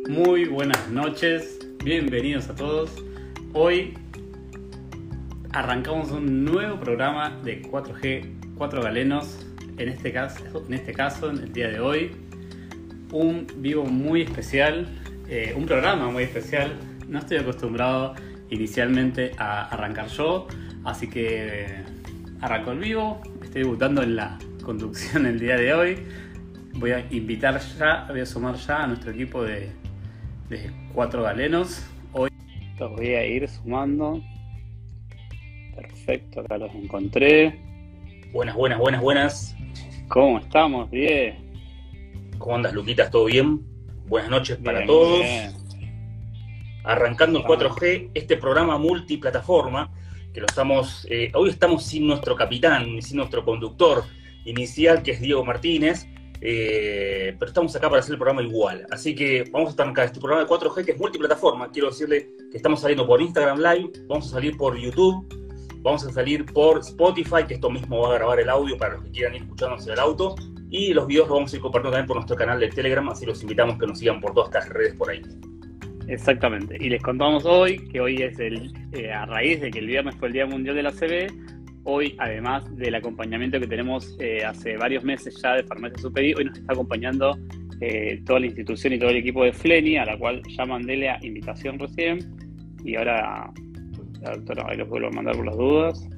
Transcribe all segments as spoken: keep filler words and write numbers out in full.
Muy buenas noches, bienvenidos a todos. Hoy arrancamos un nuevo programa de cuatro G, cuatro galenos. En este caso, en este caso, en el día de hoy, un vivo muy especial, eh, un programa muy especial. No estoy acostumbrado inicialmente a arrancar yo, así que arranco el vivo. Estoy debutando en la conducción el día de hoy. Voy a invitar ya, voy a sumar ya a nuestro equipo de, de cuatro galenos. Hoy los voy a ir sumando. Perfecto, acá los encontré. Buenas, buenas, buenas, buenas. ¿Cómo estamos? Bien. ¿Cómo andas, Luquitas? ¿Todo bien? Buenas noches para Bien, todos. bien. Arrancando el cuatro G, este programa multiplataforma, que lo estamos, eh, hoy estamos sin nuestro capitán, sin nuestro conductor inicial, que es Diego Martínez, eh, pero estamos acá para hacer el programa igual. Así que vamos a arrancar este programa de cuatro G, que es multiplataforma. Quiero decirle que estamos saliendo por Instagram Live, vamos a salir por YouTube, vamos a salir por Spotify, que esto mismo va a grabar el audio para los que quieran ir escuchándose en el auto, y los videos los vamos a ir compartiendo también por nuestro canal de Telegram, así los invitamos que nos sigan por todas estas redes por ahí. Exactamente, y les contamos hoy que hoy es el, eh, a raíz de que el viernes fue el Día Mundial de la A C V, hoy además del acompañamiento que tenemos eh, hace varios meses ya de Farmacia Superi, hoy nos está acompañando eh, toda la institución y todo el equipo de Fleni, a la cual ya mandé la invitación recién, y ahora la doctora, ahí los vuelvo a mandar por las dudas.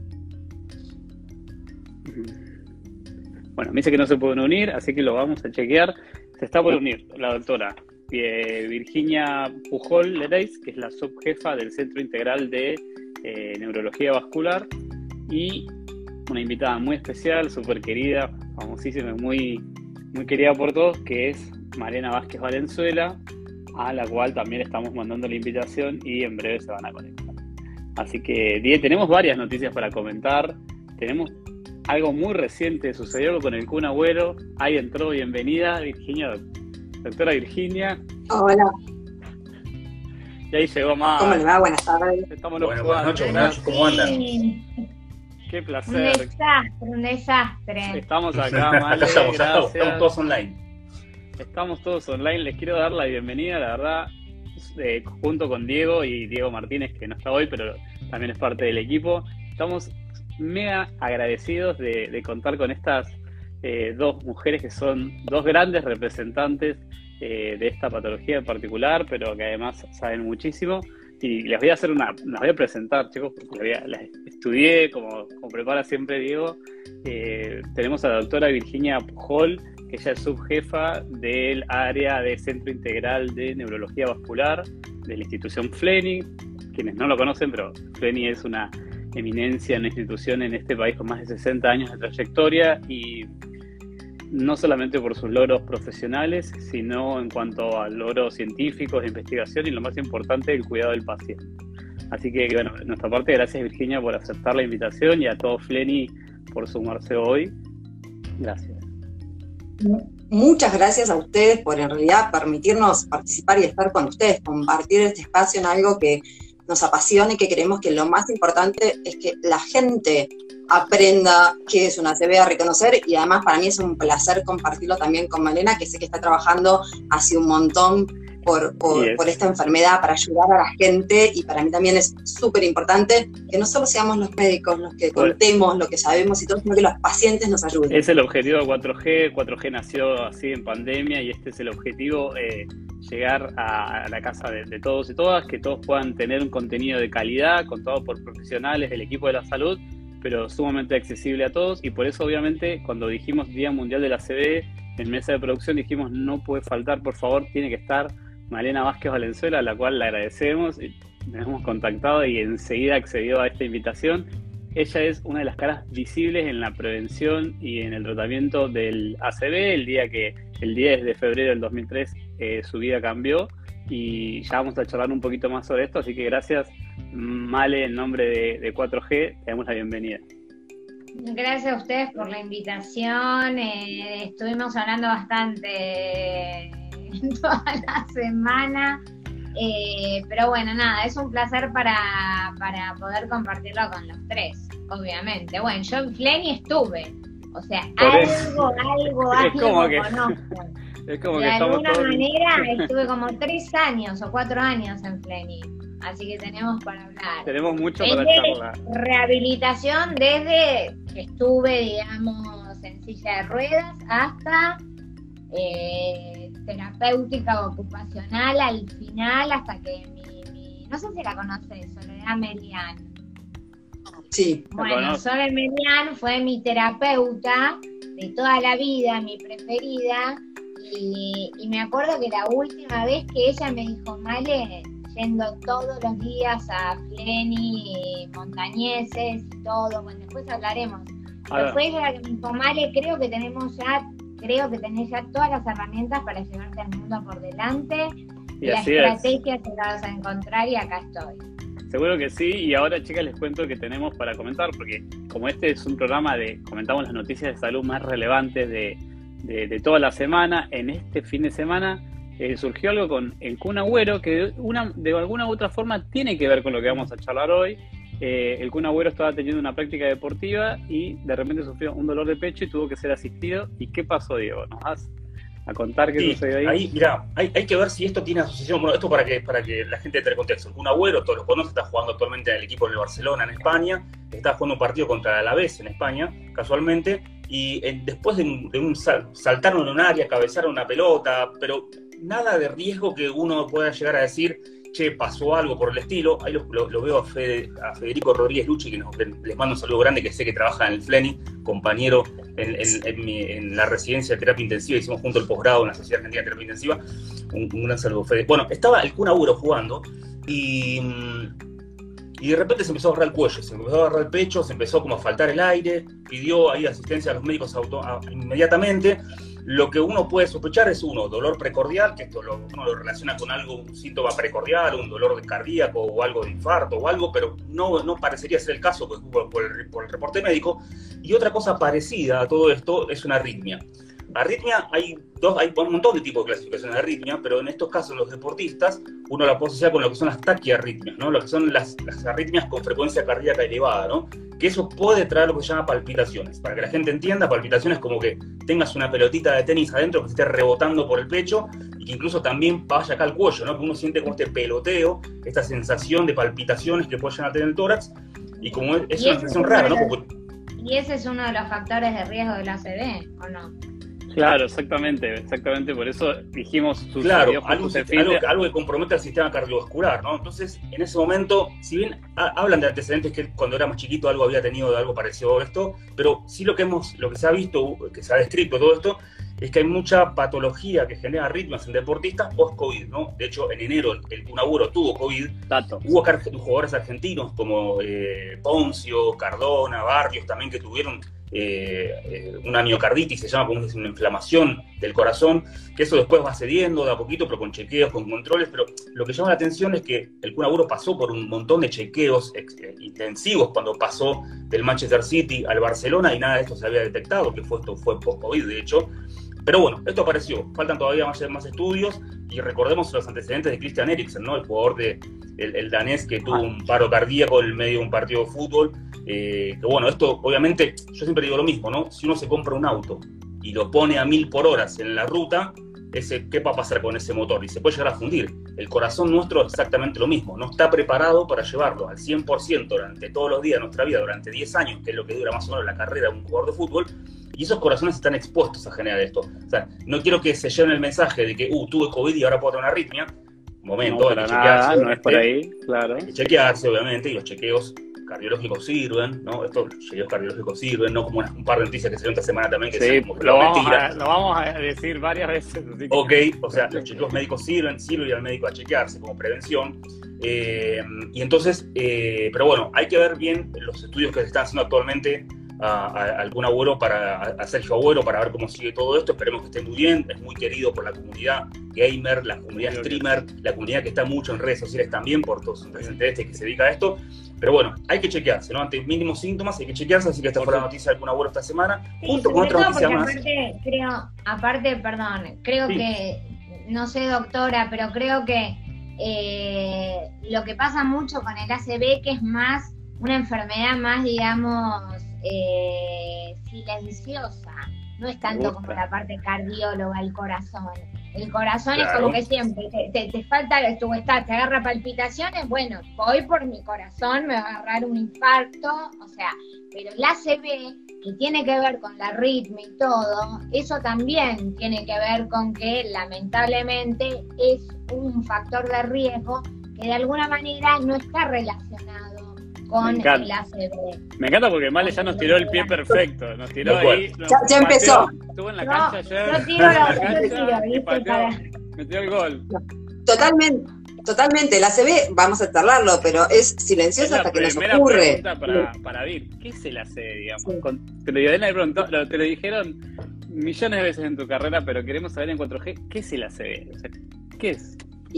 Bueno, me dice que no se pueden unir, así que lo vamos a chequear. Se está por unir la doctora eh, Virginia Pujol Lereis, que es la subjefa del Centro Integral de eh, Neurología Vascular, y una invitada muy especial, súper querida, famosísima, muy, muy querida por todos, que es Malena Vázquez Valenzuela, a la cual también estamos mandando la invitación y en breve se van a conectar. Así que, Die, tenemos varias noticias para comentar. Tenemos algo muy reciente, sucedió con el Kun Agüero. Ahí entró, bienvenida, Virginia, doctora Virginia. Hola. Y ahí llegó más. ¿Cómo le va? Buenas tardes. Estamos Bueno, los buenas noches, buenas noches, ¿cómo andan? Sí. Qué Un placer. desastre, un desastre. Estamos acá, Male, estamos, gracias. estamos todos online. Estamos todos online. Les quiero dar la bienvenida, la verdad, eh, junto con Diego y Diego Martínez, que no está hoy, pero también es parte del equipo. Estamos mega agradecidos de, de contar con estas eh, dos mujeres que son dos grandes representantes eh, de esta patología en particular, pero que además saben muchísimo. Y les voy a hacer una, las voy a presentar, chicos, porque las, voy a, las estudié, como, como prepara siempre Diego. Eh, tenemos a la doctora Virginia Pujol, que ella es subjefa del área de Centro Integral de Neurología Vascular de la institución Fleni. Quienes no lo conocen, pero Fleni es una eminencia en la institución en este país con más de sesenta años de trayectoria, y no solamente por sus logros profesionales, sino en cuanto a logros científicos de investigación y lo más importante, el cuidado del paciente. Así que, bueno, de nuestra parte, gracias Virginia por aceptar la invitación y a todo Fleni por sumarse hoy. Gracias. Muchas gracias a ustedes por en realidad permitirnos participar y estar con ustedes, compartir este espacio en algo que nos apasiona y que creemos que lo más importante es que la gente aprenda qué es una A C V, a reconocer, y además para mí es un placer compartirlo también con Malena, que sé que está trabajando hace un montón por, por, yes. por esta enfermedad, para ayudar a la gente, y para mí también es súper importante que no solo seamos los médicos los que contemos lo que sabemos y todo, sino que los pacientes nos ayuden. Es el objetivo de cuatro G. cuatro G nació así en pandemia y este es el objetivo, eh, llegar a, a la casa de, de todos y todas, que todos puedan tener un contenido de calidad, contado por profesionales del equipo de la salud, pero sumamente accesible a todos. Y por eso, obviamente, cuando dijimos Día Mundial de la A C V, en mesa de producción dijimos, no puede faltar, por favor, tiene que estar Malena Vázquez Valenzuela, a la cual le agradecemos. Nos hemos contactado y enseguida accedió a esta invitación. Ella es una de las caras visibles en la prevención y en el tratamiento del A C V. El día que, el diez de febrero del dos mil tres, eh, su vida cambió, y ya vamos a charlar un poquito más sobre esto, así que gracias, Male, en nombre de, de cuatro G, te damos la bienvenida. Gracias a ustedes por la invitación. Eh, estuvimos hablando bastante toda la semana, eh, pero bueno, nada, es un placer para, para poder compartirlo con los tres, obviamente. Bueno, yo en Fleni estuve, o sea, Por algo, eso. algo, Es algo como que- conozco. Es como de que estamos alguna todos... manera estuve como tres años o cuatro años en Flenny, así que tenemos para hablar. Tenemos mucho para Desde charlar. rehabilitación, desde que estuve, digamos, en silla de ruedas hasta eh, terapéutica ocupacional al final, hasta que mi, mi no sé si la conoces, Soledad Melián. Sí. Bueno, Soledad Melián fue mi terapeuta de toda la vida, mi preferida, y, y me acuerdo que la última vez que ella me dijo, Male, yendo todos los días a Flenny, Montañeses y todo, bueno, después hablaremos, pero fue ella la que me dijo, Male, creo que tenemos ya, creo que tenés ya todas las herramientas para llevarte al mundo por delante, y, y la estrategia te la vas a encontrar y acá estoy. Seguro que sí, y ahora, chicas, les cuento que tenemos para comentar, porque como este es un programa de, comentamos las noticias de salud más relevantes de, de, de toda la semana, en este fin de semana eh, surgió algo con el Kun Agüero, que de, una, de alguna u otra forma tiene que ver con lo que vamos a charlar hoy. Eh, el Kun Agüero estaba teniendo una práctica deportiva y de repente sufrió un dolor de pecho y tuvo que ser asistido. ¿Y qué pasó, Diego? ¿Nos vas a contar qué sí, sucedió ahí? Ahí, mirá, hay, hay que ver si esto tiene asociación. Bueno, esto para que para que la gente entre en contexto. El Kun Agüero, todos los conocen, está jugando actualmente en el equipo del Barcelona en España, está jugando un partido contra el Alavés en España, casualmente, y eh, después de un, de un sal, saltaron en un área, cabezaron una pelota, pero nada de riesgo que uno pueda llegar a decir, che, pasó algo por el estilo. Ahí lo, lo, lo veo a, Fede, a Federico Rodríguez Lucci, que nos, les mando un saludo grande, que sé que trabaja en el Flenny, compañero en, en, en, mi, en la residencia de terapia intensiva, hicimos junto el posgrado en la Sociedad Argentina de Terapia Intensiva. Un, un gran saludo, Fede. Bueno, estaba el Kun Agüero jugando y, y de repente se empezó a agarrar el cuello, se empezó a agarrar el pecho, se empezó como a faltar el aire, pidió ahí asistencia a los médicos auto, a, inmediatamente. Lo que uno puede sospechar es, uno, dolor precordial, que esto lo, uno lo relaciona con algo, un síntoma precordial, un dolor de cardíaco o algo de infarto o algo, pero no, no parecería ser el caso por, por, el, por el reporte médico. Y otra cosa parecida a todo esto es una arritmia. Arritmia, hay dos, hay un montón de tipos de clasificaciones de arritmia, pero en estos casos los deportistas, uno la puede asociar con lo que son las taquiarritmias, ¿no? Lo que son las, las arritmias con frecuencia cardíaca elevada, ¿no? Que eso puede traer lo que se llama palpitaciones. Para que la gente entienda, palpitaciones como que tengas una pelotita de tenis adentro que se esté rebotando por el pecho y que incluso también vaya acá al cuello, ¿no? Que uno siente como este peloteo, esta sensación de palpitaciones que puede llegar a tener el tórax, y como es, es una sensación rara, ¿no? Porque... Y ese es uno de los factores de riesgo del A C V, ¿o no? Claro, exactamente, exactamente, por eso dijimos... Claro, algo, algo, algo que compromete al sistema cardiovascular, ¿no? Entonces, en ese momento, si bien ha, hablan de antecedentes que cuando era más chiquito algo había tenido de algo parecido a esto, pero sí lo que hemos, lo que se ha visto, que se ha descrito todo esto, es que hay mucha patología que genera arritmias en deportistas post-COVID, ¿no? De hecho, en enero el Kun Agüero tuvo COVID. Dato. Hubo jugadores argentinos como eh, Poncio, Cardona, Barrios también que tuvieron eh, eh, una miocarditis, se llama como una inflamación del corazón, que eso después va cediendo de a poquito, pero con chequeos, con controles. Pero lo que llama la atención es que el Kun Agüero pasó por un montón de chequeos eh, intensivos cuando pasó del Manchester City al Barcelona y nada de esto se había detectado, que fue, esto fue post-COVID, de hecho. Pero bueno, esto apareció, faltan todavía más, más estudios, y recordemos los antecedentes de Christian Eriksen, ¿no? El jugador de, el, el danés que tuvo un paro cardíaco en el medio de un partido de fútbol, eh, que bueno, esto obviamente, yo siempre digo lo mismo, ¿no? Si uno se compra un auto y lo pone a mil por horas en la ruta, ese, ¿qué va a pasar con ese motor? Y se puede llegar a fundir. El corazón nuestro es exactamente lo mismo, no está preparado para llevarlo al cien por ciento durante todos los días de nuestra vida, durante diez años, que es lo que dura más o menos la carrera de un jugador de fútbol. Y esos corazones están expuestos a generar esto. O sea, no quiero que se lleven el mensaje de que, uh, tuve COVID y ahora puedo tener una arritmia. Un momento, no, hay que chequearse. Nada, no es por ahí, claro. Hay que chequearse, obviamente, y los chequeos cardiológicos sirven, ¿no? Estos chequeos cardiológicos sirven, no como una, un par de noticias que se dio esta semana también, que sí, como que lo, vamos a, lo vamos a decir varias veces. Así que... Ok, o sea, los chequeos médicos sirven, sirve ir al médico a chequearse como prevención. Eh, y entonces, eh, pero bueno, hay que ver bien los estudios que se están haciendo actualmente a, a, a algún Agüero, para, a Sergio Agüero, para ver cómo sigue todo esto. Esperemos que esté muy bien, es muy querido por la comunidad gamer, la comunidad streamer, la comunidad que está mucho en redes sociales también por todos los antecedentes que se dedica a esto. Pero bueno, hay que chequearse, ¿no? Ante mínimos síntomas hay que chequearse, así que esta fue la noticia de algún Agüero esta semana, sí, junto con otra noticia más. Aparte, creo, aparte, perdón, creo sí. que, no sé doctora, pero creo que eh, lo que pasa mucho con el A C V, que es más una enfermedad más, digamos, eh, silenciosa, no es tanto como la parte cardióloga, el corazón. El corazón Claro. es como que siempre te, te, te falta, tú estás, te agarra palpitaciones, bueno, voy por mi corazón, me va a agarrar un infarto, o sea, pero el A C V, que tiene que ver con la arritmia y todo, eso también tiene que ver con que lamentablemente es un factor de riesgo que de alguna manera no está relacionado con el A C V. Me encanta porque Male ya nos tiró el pie perfecto, nos tiró ahí. Ya, ya empezó. Estuvo en la No, cancha ayer. yo tiro, en la yo cancha tiro, y ¿viste? pateó, Para- metió el gol. Totalmente, totalmente. El A C V, vamos a charlarlo, pero es Es silencioso la hasta que nos primera ocurre. pregunta para, para Vir. ¿Qué se la hace, digamos? Sí. Con, te, lo, le preguntó, lo, te lo dijeron millones de veces en tu carrera, pero queremos saber en cuatro G, ¿qué se la hace? O sea, ¿qué es?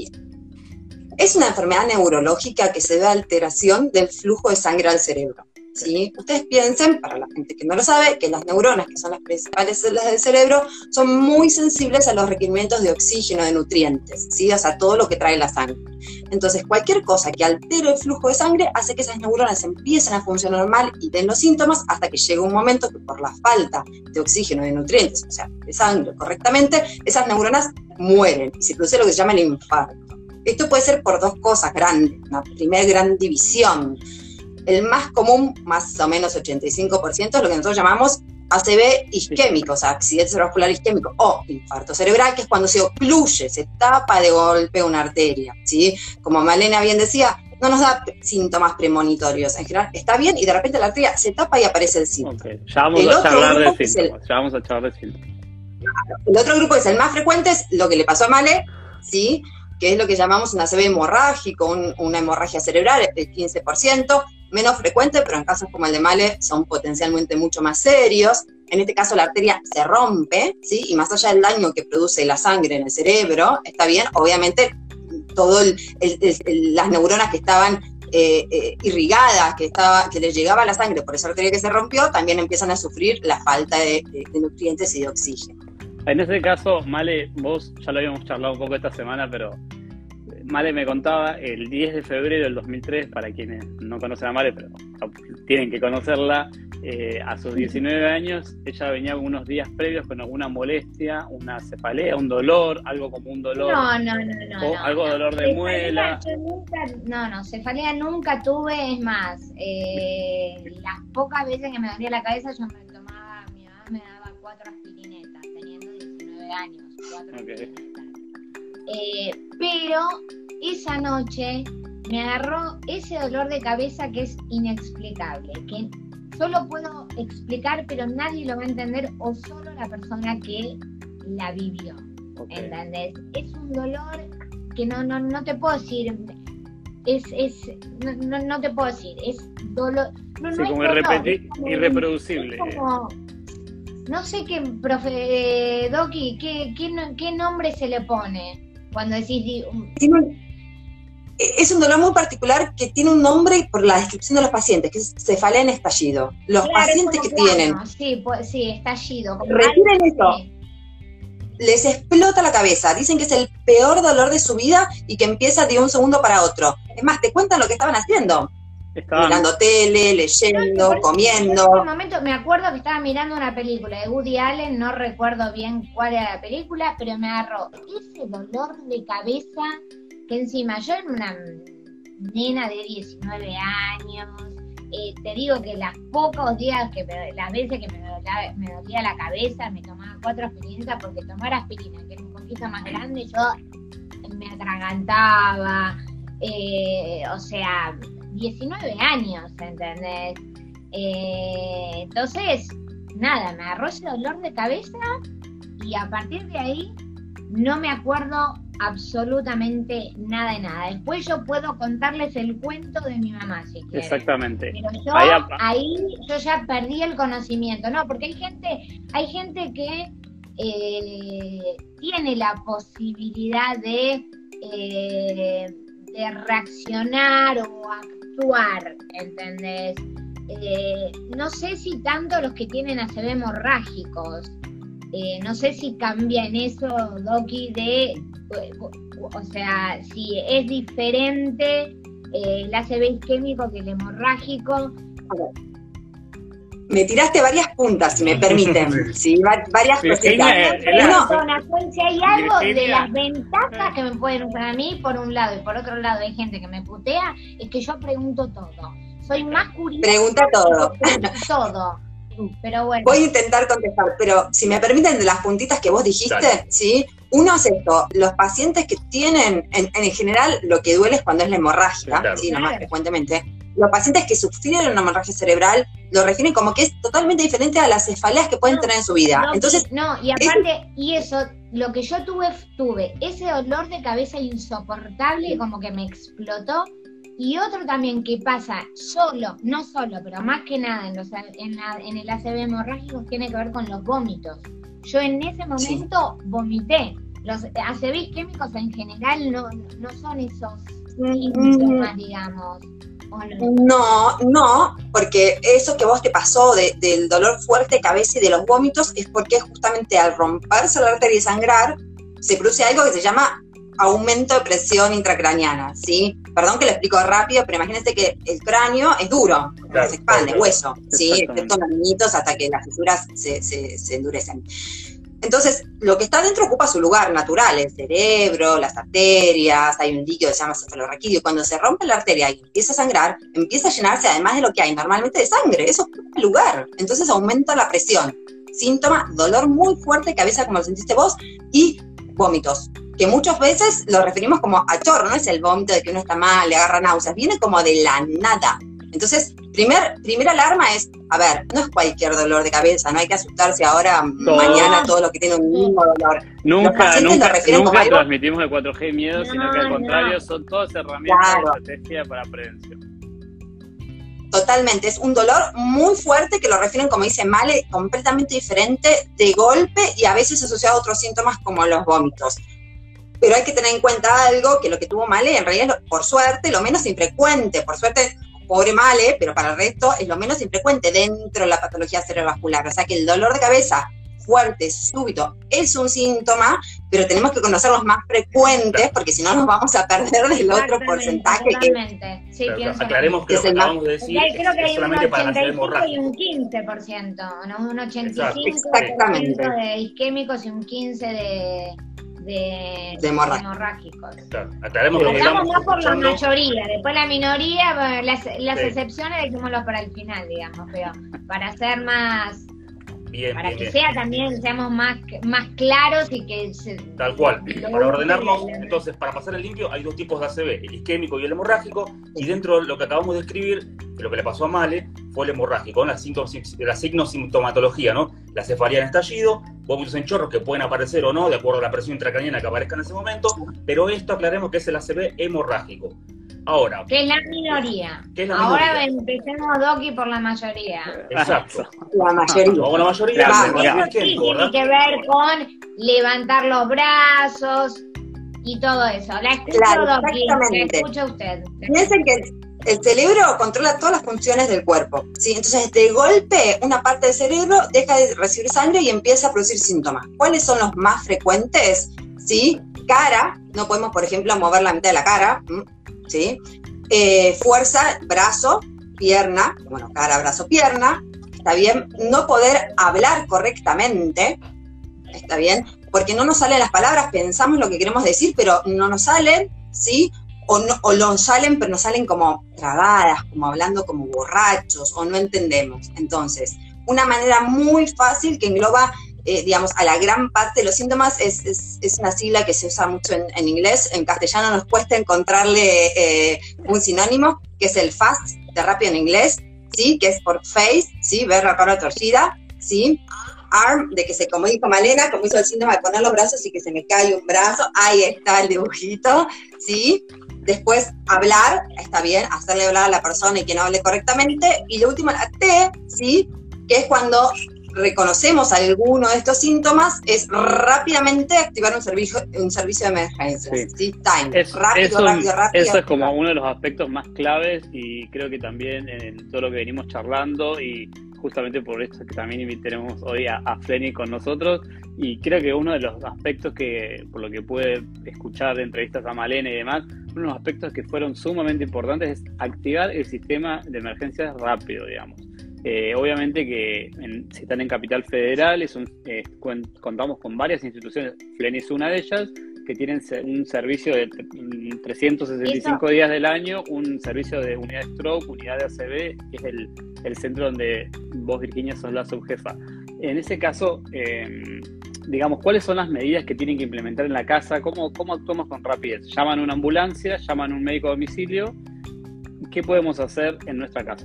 Es una enfermedad neurológica que se debe a alteración del flujo de sangre al cerebro. ¿Sí? Ustedes piensen, para la gente que no lo sabe, que las neuronas, que son las principales células del cerebro, son muy sensibles a los requerimientos de oxígeno, de nutrientes, ¿sí? O sea, todo lo que trae la sangre. Entonces, cualquier cosa que altere el flujo de sangre hace que esas neuronas empiecen a funcionar mal y den los síntomas hasta que llega un momento que por la falta de oxígeno, de nutrientes, o sea, de sangre correctamente, esas neuronas mueren y se produce lo que se llama el infarto. Esto puede ser por dos cosas grandes. Una primera gran división. El más común, más o menos ochenta y cinco por ciento, es lo que nosotros llamamos A C V isquémico, o sea, accidente cerebrovascular isquémico, o infarto cerebral, que es cuando se ocluye, se tapa de golpe una arteria, ¿sí? Como Malena bien decía, no nos da síntomas premonitorios, en general está bien y de repente la arteria se tapa y aparece el síntoma. Okay. Ya vamos El a otro charlar grupo de es el- síntomas. Ya vamos a charlar de síntomas. El otro grupo que es el más frecuente es lo que le pasó a Male, ¿sí? Que es lo que llamamos un A C V hemorrágico, un- una hemorragia cerebral, el quince por ciento, menos frecuente, pero en casos como el de Male son potencialmente mucho más serios. En este caso la arteria se rompe, ¿sí? Y más allá del daño que produce la sangre en el cerebro, está bien, obviamente todo el- el- el- el- las neuronas que estaban eh, eh, irrigadas, que, estaba, que les llegaba la sangre por esa arteria que se rompió, también empiezan a sufrir la falta de, de- de nutrientes y de oxígeno. En ese caso, Male, vos ya lo habíamos charlado un poco esta semana, pero Male me contaba el diez de febrero del dos mil tres, para quienes no conocen a Male, pero tienen que conocerla, eh, a sus diecinueve años, ella venía unos días previos con alguna molestia, una cefalea, un dolor, algo como un dolor, No, no, no, no. o no, algo de no. dolor de Cefalea muela. yo nunca, no, no, cefalea nunca tuve, es más, eh, las pocas veces que me dolía la cabeza yo me tomaba, mi mamá me daba cuatro aspirinetas, teniendo diecinueve años, cuatro Ok. aspirinetas. Eh, pero esa noche me agarró ese dolor de cabeza que es inexplicable, que solo puedo explicar, pero nadie lo va a entender, o solo la persona que la vivió. Okay. ¿Entendés? Es un dolor que no, no, no te puedo decir, es, es, no, no, no te puedo decir, es dolor, no, Sí, no es como dolor, irrepeti- es como- irreproducible. es como- no sé qué, profe Doki, ¿qué, qué, no- qué nombre se le pone cuando decís, di- Tiene un- es un dolor muy particular que tiene un nombre por la descripción de los pacientes, que es cefalea en estallido. Los claro, es pacientes como que plano, tienen, sí, pues, sí, estallido. como retiren algo- eso, sí. les explota la cabeza, dicen que es el peor dolor de su vida y que empieza de un segundo para otro. Es más, te cuentan lo que estaban haciendo, Estaban, mirando tele, No, leyendo, por eso, comiendo. En ese momento me acuerdo que estaba mirando una película de Woody Allen, no recuerdo bien cuál era la película, pero me agarró ese dolor de cabeza que encima yo era una nena de diecinueve años, eh, te digo que las pocos días, que me- las veces que me dolía, me dolía la cabeza, me tomaba cuatro aspirinas, porque tomar aspirina, que era un poquito más grande, yo me atragantaba, eh, o sea, diecinueve años, ¿entendés? Eh, entonces, nada, me agarró ese dolor de cabeza y a partir de ahí no me acuerdo absolutamente nada de nada. Después yo puedo contarles el cuento de mi mamá, si quieren. exactamente. Pero yo Ahí apa- ahí yo ya perdí el conocimiento, ¿no? Porque hay gente, hay gente que eh, tiene la posibilidad de, eh, de reaccionar o actuar, ¿entendés? Eh, no sé si tanto los que tienen A C V hemorrágicos, eh, no sé si cambia en eso, Doki, de, o sea, si es diferente eh, el A C V isquémico que el hemorrágico. me tiraste varias puntas, si me permiten, ¿sí? Va- varias Virginia, cositas. eh, Uno, Perdona, si hay algo de Virginia. las ventajas que me pueden usar a mí, por un lado, y por otro lado hay gente que me putea, es que yo pregunto todo. Soy más curiosa. Pregunta todo. Todo. Pero bueno. voy a intentar contestar, pero si me permiten de las puntitas que vos dijiste, Dale. ¿sí? Uno es esto, los pacientes que tienen, en, en general, lo que duele es cuando es la hemorragia, Claro. ¿sí? No Claro. más frecuentemente. Los pacientes que sufrieron una hemorragia cerebral lo refieren como que es totalmente diferente a las cefaleas que pueden No, tener en su vida. No, Entonces, no, y aparte, y eso, lo que yo tuve, tuve ese dolor de cabeza insoportable, como que me explotó, y otro también que pasa solo, no solo, pero más que nada en, los, en, la, en el A C V hemorrágico, tiene que ver con los vómitos. Yo en ese momento sí. vomité. Los A C V isquémicos en general no, no son esos síntomas, mm. digamos. No, no, porque eso que vos te pasó de, del dolor fuerte de cabeza y de los vómitos es porque justamente al romperse la arteria y sangrar se produce algo que se llama aumento de presión intracraneana, ¿sí? Perdón que lo explico rápido, pero imagínense que el cráneo es duro, claro, se expande, claro, hueso, ¿sí? Excepto en los niñitos hasta que las fisuras se, se, se endurecen. Entonces, lo que está dentro ocupa su lugar natural, el cerebro, las arterias, hay un líquido que se llama cefalorraquídeo, y cuando se rompe la arteria y empieza a sangrar, empieza a llenarse, además de lo que hay normalmente, de sangre, eso ocupa el lugar, entonces aumenta la presión. Síntoma, dolor muy fuerte, cabeza como lo sentiste vos, y vómitos, que muchas veces lo referimos como a chorro, no es el vómito de que uno está mal, le agarra náuseas, viene como de la nada. Entonces, primer, primera alarma es, a ver, no es cualquier dolor de cabeza, no hay que asustarse ahora, no. mañana todo lo que tiene un mismo dolor. Nunca, nunca, nunca transmitimos algo... el cuatro G miedo, no, sino que al contrario, no. son todas herramientas claro. de estrategia para prevención. Totalmente, es un dolor muy fuerte que lo refieren, como dice Male, completamente diferente, de golpe y a veces asociado a otros síntomas como los vómitos. Pero hay que tener en cuenta algo, que lo que tuvo Male en realidad es, por suerte, lo menos infrecuente, por suerte, pobre Male, pero para el resto es lo menos infrecuente dentro de la patología cerebrovascular. O sea que el dolor de cabeza fuerte, súbito, es un síntoma, pero tenemos que conocer los más frecuentes, porque si no nos vamos a perder del otro porcentaje. Totalmente. Que, sí, claro, aclaremos que, que lo que acabamos de decir es, creo que es hay solamente un para ochenta y cinco la y un quince por ciento, ¿no? Un ochenta y cinco por ciento de isquémicos y un quince por ciento de... De, de hemorrágicos. Claro, aclaremos que estamos más por la mayoría, después la minoría, las, las sí. excepciones dejémoslo para el final, digamos, pero para ser más, bien, para bien, que bien. sea también, seamos más, más claros y que se, tal cual, para ordenarnos, entonces, para pasar el limpio hay dos tipos de A C V, el isquémico y el hemorrágico, y dentro de lo que acabamos de escribir, que lo que le pasó a Male fue el hemorrágico, la, la signosintomatología, ¿no? La cefalea en estallido, vómitos en chorros que pueden aparecer o no, de acuerdo a la presión intracraniana que aparezca en ese momento, pero esto aclaremos que es el A C V hemorrágico. Ahora. Que es la minoría. ¿Qué es la Ahora minoría? Empecemos, Doki, por la mayoría. Exacto. La mayoría. Vamos a la mayoría. Claro, eso sí tiene que ver con levantar los brazos y todo eso. La escucho, claro, Doki, la escucha usted. Piensen que el cerebro controla todas las funciones del cuerpo, ¿sí? Entonces, de golpe, una parte del cerebro deja de recibir sangre y empieza a producir síntomas. ¿Cuáles son los más frecuentes? ¿Sí? Cara, no podemos, por ejemplo, mover la mitad de la cara, ¿sí? Eh, fuerza, brazo, pierna, bueno, cara, brazo, pierna, está bien. No poder hablar correctamente, está bien, porque no nos salen las palabras, pensamos lo que queremos decir, pero no nos salen, ¿sí? O, no, o lo salen, pero nos salen como trabadas, como hablando como borrachos, o no entendemos. Entonces, una manera muy fácil que engloba, eh, digamos, a la gran parte de los síntomas es, es, es una sigla que se usa mucho en, en inglés. En castellano nos cuesta encontrarle eh, un sinónimo, que es el FAST, de rápido en inglés, ¿sí? Que es por face, ¿sí? Ver la cara torcida, ¿sí? Arm, de que se, como dijo Malena, como hizo el síndrome de poner los brazos y que se me cae un brazo, ahí está el dibujito, ¿sí? Después, hablar, está bien, hacerle hablar a la persona y que no hable correctamente. Y lo último, la T, ¿sí? Que es cuando reconocemos alguno de estos síntomas, es rápidamente activar un servicio, un servicio de emergencia. Sí. ¿Sí? Time. Es, rápido, eso, rápido, rápido. Eso es como uno de los aspectos más claves y creo que también en todo lo que venimos charlando y justamente por eso que también tenemos hoy a, a Fleni con nosotros, y creo que uno de los aspectos que, por lo que pude escuchar de entrevistas a Malena y demás, uno de los aspectos que fueron sumamente importantes es activar el sistema de emergencias rápido, digamos. Eh, obviamente que en, si están en Capital Federal, es un, eh, contamos con varias instituciones, Flen es una de ellas, que tienen un servicio de trescientos sesenta y cinco Eso. días del año, un servicio de unidad de stroke, unidad de A C V, que es el, el centro donde vos, Virginia, sos la subjefa. En ese caso, eh, digamos, ¿cuáles son las medidas que tienen que implementar en la casa? ¿Cómo, cómo actuamos con rapidez? ¿Llaman a una ambulancia? ¿Llaman a un médico a domicilio? ¿Qué podemos hacer en nuestra casa?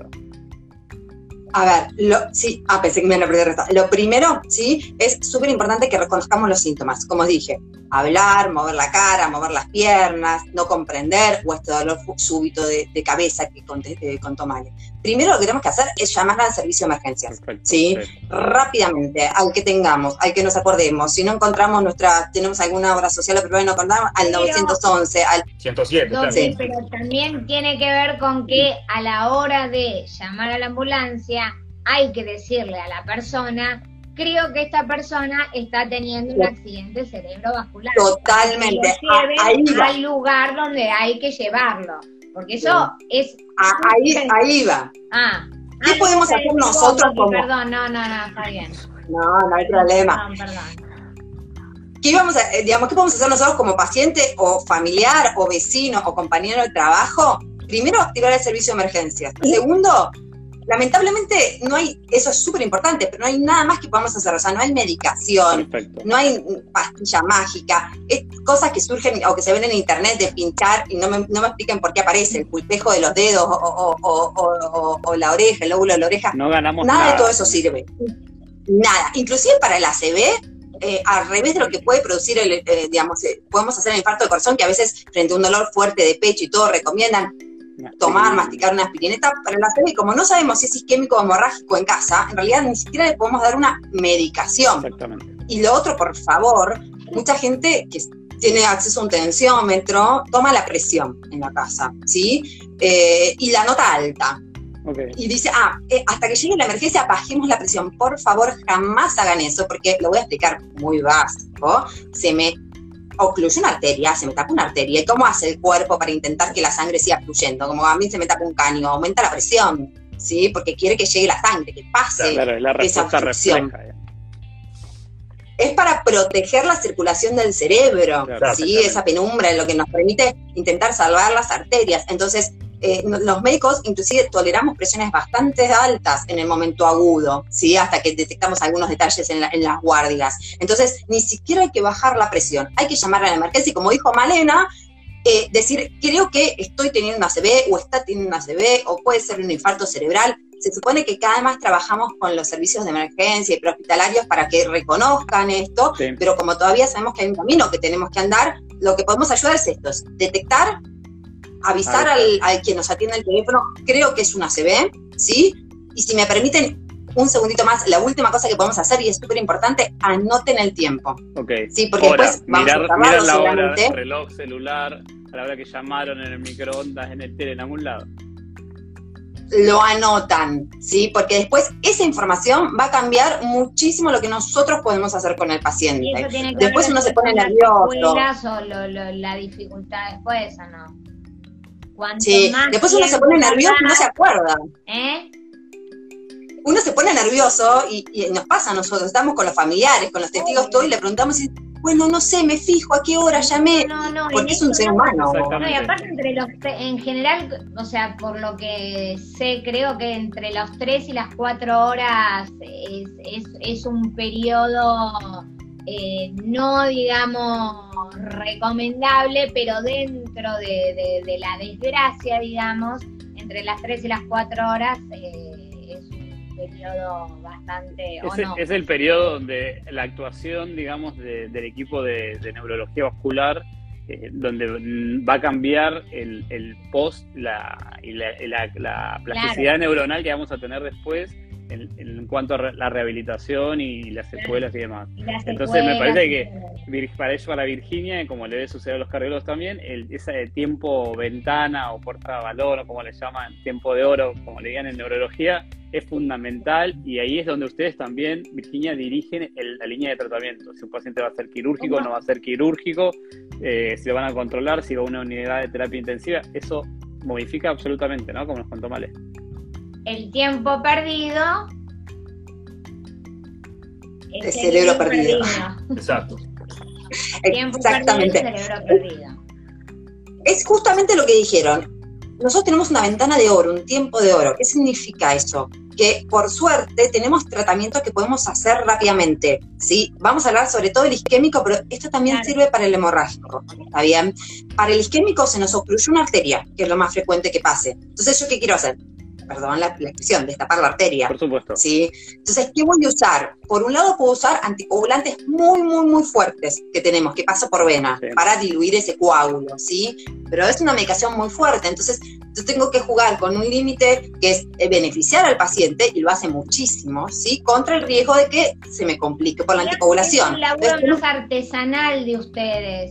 A ver, lo, sí, ah, pensé que me iban a perder. Lo primero, sí, es súper importante que reconozcamos los síntomas. Como dije, hablar, mover la cara, mover las piernas, no comprender, o este dolor súbito de, de cabeza que contó Male. Primero lo que tenemos que hacer es llamar al servicio de emergencias, Perfecto, ¿sí? perfecto. Rápidamente, al que tengamos, al que nos acordemos. Si no encontramos nuestra, tenemos alguna obra social, pero no encontramos, al Pero, novecientos once, al... ciento siete, no, claro. sí, pero también tiene que ver con que a la hora de llamar a la ambulancia hay que decirle a la persona, creo que esta persona está teniendo un accidente cerebrovascular. Totalmente, Que lo lleven ahí va. al lugar donde hay que llevarlo. Porque eso es... Ahí, ahí va. Ah. ¿Qué ah, podemos no, hacer no, nosotros como...? Perdón, no, no, no, está bien. No, no hay problema. Perdón, perdón. ¿Qué, íbamos a, digamos, ¿Qué podemos hacer nosotros como paciente o familiar o vecino o compañero de trabajo? Primero, activar el servicio de emergencias. Segundo, lamentablemente no hay, eso es súper importante, pero no hay nada más que podamos hacer. O sea, no hay medicación, Perfecto. no hay pastilla mágica, es cosas que surgen o que se ven en internet de pinchar y no me, no me expliquen por qué aparece el pulpejo de los dedos o, o, o, o, o, o la oreja, el lóbulo de la oreja. No ganamos nada. nada. de todo eso sirve. Nada. Inclusive para el A C V, eh, al revés de lo que puede producir, el, eh, digamos, eh, podemos hacer el infarto de corazón, que a veces frente a un dolor fuerte de pecho y todo recomiendan tomar, masticar una aspirineta. Para el A C V, como no sabemos si es isquémico o hemorrágico en casa, en realidad ni siquiera le podemos dar una medicación. Exactamente. Y lo otro, por favor, mucha gente que tiene acceso a un tensiómetro toma la presión en la casa, ¿sí? Eh, y la nota alta. Okay. Y dice, ah, eh, hasta que llegue la emergencia bajemos la presión. Por favor, jamás hagan eso, porque lo voy a explicar muy básico. Se me ocluye una arteria, se me tapa una arteria. ¿Y cómo hace el cuerpo para intentar que la sangre siga fluyendo? Como a mí se me tapa un caño, aumenta la presión, ¿sí? Porque quiere que llegue la sangre, que pase Claro, es la esa respuesta obstrucción. refleja. Es para proteger la circulación del cerebro, Claro, ¿sí? Esa penumbra es lo que nos permite intentar salvar las arterias. Entonces, eh, los médicos inclusive toleramos presiones bastante altas en el momento agudo, ¿sí? Hasta que detectamos algunos detalles en, la, en las guardias. Entonces, ni siquiera hay que bajar la presión, hay que llamar a la emergencia y, como dijo Malena, eh, decir, creo que estoy teniendo una A C V o está teniendo una A C V o puede ser un infarto cerebral. Se supone que cada vez más trabajamos con los servicios de emergencia y prehospitalarios para que reconozcan esto, Sí. pero como todavía sabemos que hay un camino que tenemos que andar, lo que podemos ayudar es esto, es detectar, avisar al, al quien nos atiende el teléfono, creo que es una A C V, ¿sí? Y si me permiten un segundito más, la última cosa que podemos hacer, y es súper importante, anoten el tiempo. Ok. Sí, porque Hora. después vamos mirar, a tardarlo mirar la hora, seguramente. reloj, celular, a la hora que llamaron, en el microondas, en el tele, en algún lado. Lo anotan, ¿sí? Porque después esa información va a cambiar muchísimo lo que nosotros podemos hacer con el paciente. ¿Y eso tiene que Después ver uno se pone con las nervioso. secuelas o lo, lo, la dificultad después, ¿o no? Cuanto Sí, más después uno se tiempo pone nervioso y no se acuerda. ¿Eh? Uno se pone nervioso y, y nos pasa a nosotros, estamos con los familiares, con los testigos, todo, y le preguntamos, y, bueno, no sé, me fijo a qué hora llamé, No, no, porque en es un eso ser no. humano. No, y aparte entre los en general, o sea, por lo que sé, creo que entre los tres y las cuatro horas es, es, es un periodo eh, no, digamos, recomendable, pero dentro de, de, de la desgracia, digamos, entre las tres y las cuatro horas eh, es un periodo bastante, ¿o Ese, no? es el periodo donde la actuación, digamos, de, del equipo de, de neurología vascular, eh, donde va a cambiar el, el post la, y la, la, la plasticidad Claro. neuronal que vamos a tener después en, en cuanto a re- la rehabilitación y las secuelas y demás. Y las Entonces me secuelas, parece que eh, Vir- para ello, para Virginia, como le debe suceder a los cardiólogos también, el, ese tiempo ventana o puerta de balón, o como le llaman, tiempo de oro, como le digan en neurología, es fundamental, y ahí es donde ustedes también, Virginia, dirigen el, la línea de tratamiento. Si un paciente va a ser quirúrgico, ¿Cómo? no va a ser quirúrgico, eh, si lo van a controlar, si va a una unidad de terapia intensiva, eso modifica absolutamente, ¿no? Como nos contó Male. el tiempo perdido es el cerebro perdido. perdido. Exacto. Tiempo Exactamente. perdido, cerebro perdido. Es justamente lo que dijeron. Nosotros tenemos una ventana de oro, un tiempo de oro. ¿Qué significa eso? Que por suerte tenemos tratamientos que podemos hacer rápidamente, ¿sí? Vamos a hablar sobre todo del isquémico, pero esto también claro. sirve para el hemorrágico, ¿está bien? Para el isquémico se nos ocluyó una arteria, que es lo más frecuente que pase. Entonces, ¿yo qué quiero hacer? Perdón la, la expresión, destapar la arteria. Por supuesto. ¿Sí? Entonces, ¿qué voy a usar? Por un lado puedo usar anticoagulantes muy, muy, muy fuertes que tenemos, que pasan por vena, sí. para diluir ese coágulo, ¿sí? Pero es una medicación muy fuerte, entonces yo tengo que jugar con un límite que es beneficiar al paciente, y lo hace muchísimo, ¿sí? Contra el riesgo de que se me complique por la anticoagulación. Es un laburo más artesanal de ustedes.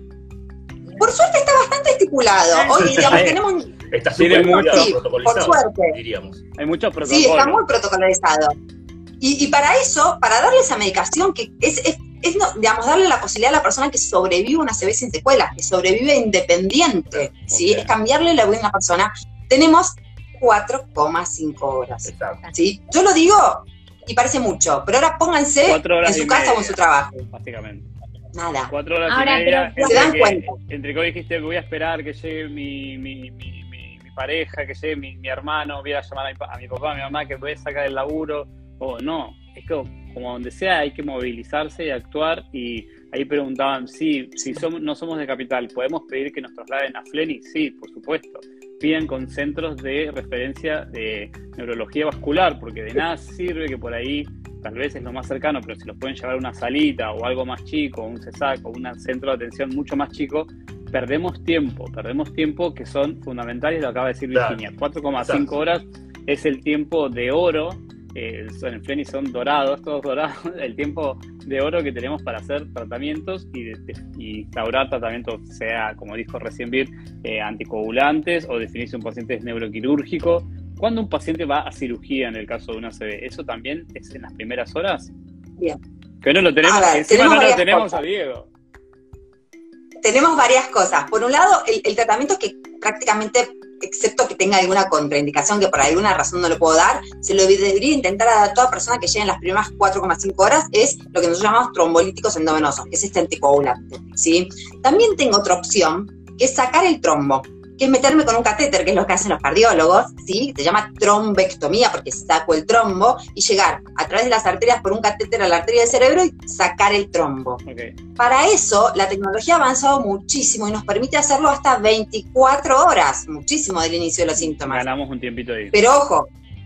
Por suerte está bastante estipulado. Hoy, digamos, tenemos... Está súper sí, por suerte. Diríamos. Hay muchos protocolos. Sí, está muy protocolarizado. Y, y para eso, para darle esa medicación, que es, es, es no, digamos, darle la posibilidad a la persona que sobrevive una C B sin secuelas, que sobrevive independiente, okay. ¿sí? Es cambiarle la vida a una persona. Tenemos cuatro coma cinco horas. Exacto. ¿Sí? Yo lo digo y parece mucho, pero ahora pónganse en su casa media, o en su trabajo. Básicamente. Nada. Cuatro horas ahora, y media. Pero, ¿se dan que, cuenta? Entre que hoy dijiste que voy a esperar que llegue mi, mi, mi, mi, mi pareja, que llegue mi, mi hermano, voy a llamar a mi, a mi papá, a mi mamá, que voy a sacar el laburo, o no. Es que como donde sea hay que movilizarse y actuar, y ahí preguntaban, sí, si somos, no somos de Capital, ¿podemos pedir que nos trasladen a Fleni? Sí, por supuesto. Piden con centros de referencia de neurología vascular, porque de nada sirve que por ahí, tal vez es lo más cercano, pero si los pueden llevar a una salita o algo más chico, un CESAC o un centro de atención mucho más chico, perdemos tiempo, perdemos tiempo que son fundamentales, lo acaba de decir Virginia. cuatro coma cinco horas es el tiempo de oro, eh, en Fleni son dorados, todos dorados, el tiempo de oro que tenemos para hacer tratamientos y, de, de, y instaurar tratamientos, sea, como dijo recién Vir, eh, anticoagulantes o definirse un paciente neuroquirúrgico. ¿Cuándo un paciente va a cirugía en el caso de una C B? ¿Eso también es en las primeras horas? Bien. Que no lo tenemos, ver, encima tenemos no lo tenemos cosas. A Diego. Tenemos varias cosas. Por un lado, el, el tratamiento que prácticamente, excepto que tenga alguna contraindicación que por alguna razón no lo puedo dar, se lo debería intentar a toda persona que llegue en las primeras cuatro coma cinco horas, es lo que nosotros llamamos trombolíticos endovenosos, que es este anticoagulante, ¿sí? También tengo otra opción, que es sacar el trombo, que es meterme con un catéter, que es lo que hacen los cardiólogos, ¿sí? Se llama trombectomía, porque saco el trombo, y llegar a través de las arterias por un catéter a la arteria del cerebro y sacar el trombo. Okay. Para eso, la tecnología ha avanzado muchísimo y nos permite hacerlo hasta veinticuatro horas, muchísimo del inicio de los síntomas. Ganamos un tiempito ahí. Pero ojo,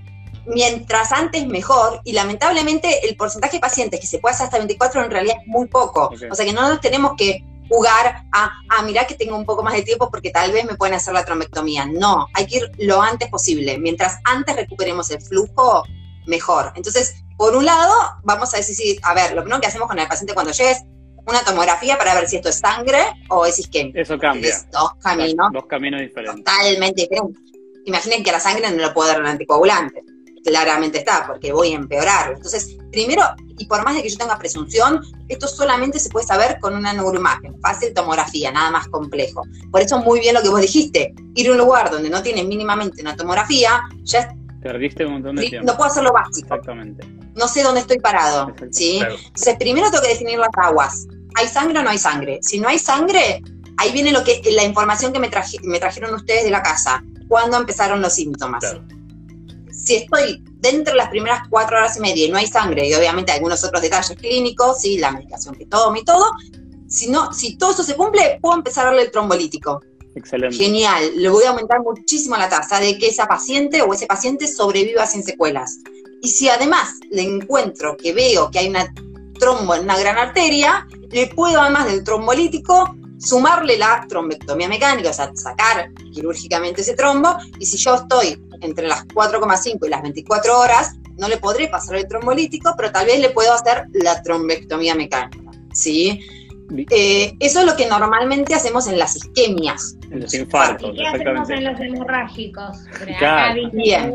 mientras antes mejor, y lamentablemente el porcentaje de pacientes que se puede hacer hasta veinticuatro en realidad es muy poco. Okay. O sea que no nos tenemos que jugar a, ah, mirá que tengo un poco más de tiempo porque tal vez me pueden hacer la trombectomía. No, hay que ir lo antes posible. Mientras antes recuperemos el flujo, mejor. Entonces, por un lado, vamos a decir, a ver, lo primero que hacemos con el paciente cuando llegue es una tomografía para ver si esto es sangre o es isquémico. Eso cambia. Es dos caminos. Dos caminos diferentes. Totalmente diferentes. Imaginen que a la sangre no lo puedo dar un anticoagulante. Claramente está, porque voy a empeorarlo. Entonces, primero, y por más de que yo tenga presunción, esto solamente se puede saber con una neuroimagen, fácil tomografía, nada más complejo. Por eso muy bien lo que vos dijiste, ir a un lugar donde no tienes mínimamente una tomografía, ya perdiste un montón de tiempo. No puedo hacer lo básico. Exactamente. No sé dónde estoy parado, ¿sí? Claro. Entonces, primero tengo que definir las aguas. ¿Hay sangre o no hay sangre? Si no hay sangre, ahí viene lo que la información que me, traje, me trajeron ustedes de la casa. ¿Cuándo empezaron los síntomas? Claro. Si estoy dentro de las primeras cuatro horas y media y no hay sangre, y obviamente algunos otros detalles clínicos, ¿sí? La medicación que tome y todo, si, no, si todo eso se cumple, puedo empezar a darle el trombolítico. Excelente. Genial, le voy a aumentar muchísimo la tasa de que esa paciente o ese paciente sobreviva sin secuelas. Y si además le encuentro que veo que hay una trombo en una gran arteria, le puedo además del trombolítico sumarle la trombectomía mecánica, o sea, sacar quirúrgicamente ese trombo, y si yo estoy entre las cuatro coma cinco y las veinticuatro horas, no le podré pasar el trombolítico, pero tal vez le puedo hacer la trombectomía mecánica, ¿sí? Eh, eso es lo que normalmente hacemos en las isquemias. En los infartos, ¿Y qué hacemos en los hemorrágicos? Claro. Bien.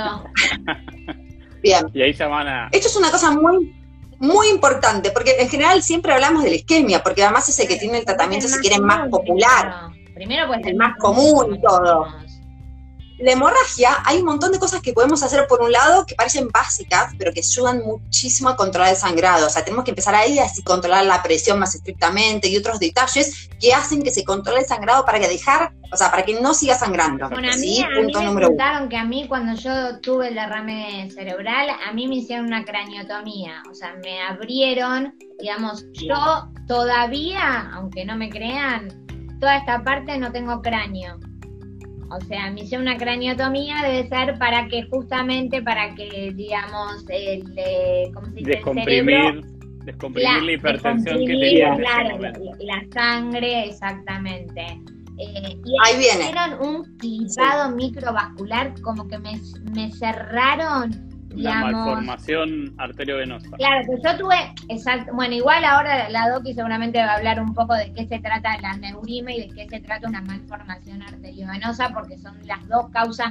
Bien. Y ahí se van a... Esto es una cosa muy... muy importante, porque en general siempre hablamos de la isquemia, porque además es el que tiene el tratamiento, si quieren, más popular. Primero, pues el más común y todo. la hemorragia, hay un montón de cosas que podemos hacer por un lado que parecen básicas, pero que ayudan muchísimo a controlar el sangrado. O sea, tenemos que empezar ahí a así controlar la presión más estrictamente y otros detalles que hacen que se controle el sangrado para que dejar, o sea, para que no siga sangrando. Bueno, a ¿sí? mí, a mí Punto me número contaron uno. que a mí cuando yo tuve el derrame cerebral, a mí me hicieron una craniotomía. O sea, me abrieron, digamos, yo todavía, aunque no me crean, toda esta parte no tengo cráneo. O sea, me hice una craniotomía, debe ser para que justamente, para que, digamos, el, eh, ¿cómo se dice? Descomprimir, el cerebro, descomprimir la, la hipertensión que descomprimir, tenía en claro, ese momento. la, la sangre, exactamente. Eh, y Ahí viene. hicieron un clipado microvascular, como que me, me cerraron, La digamos. malformación arteriovenosa. Claro, que yo tuve, exacto, bueno, igual ahora la Doki seguramente va a hablar un poco de qué se trata el aneurisma y de qué se trata una malformación arteriovenosa, porque son las dos causas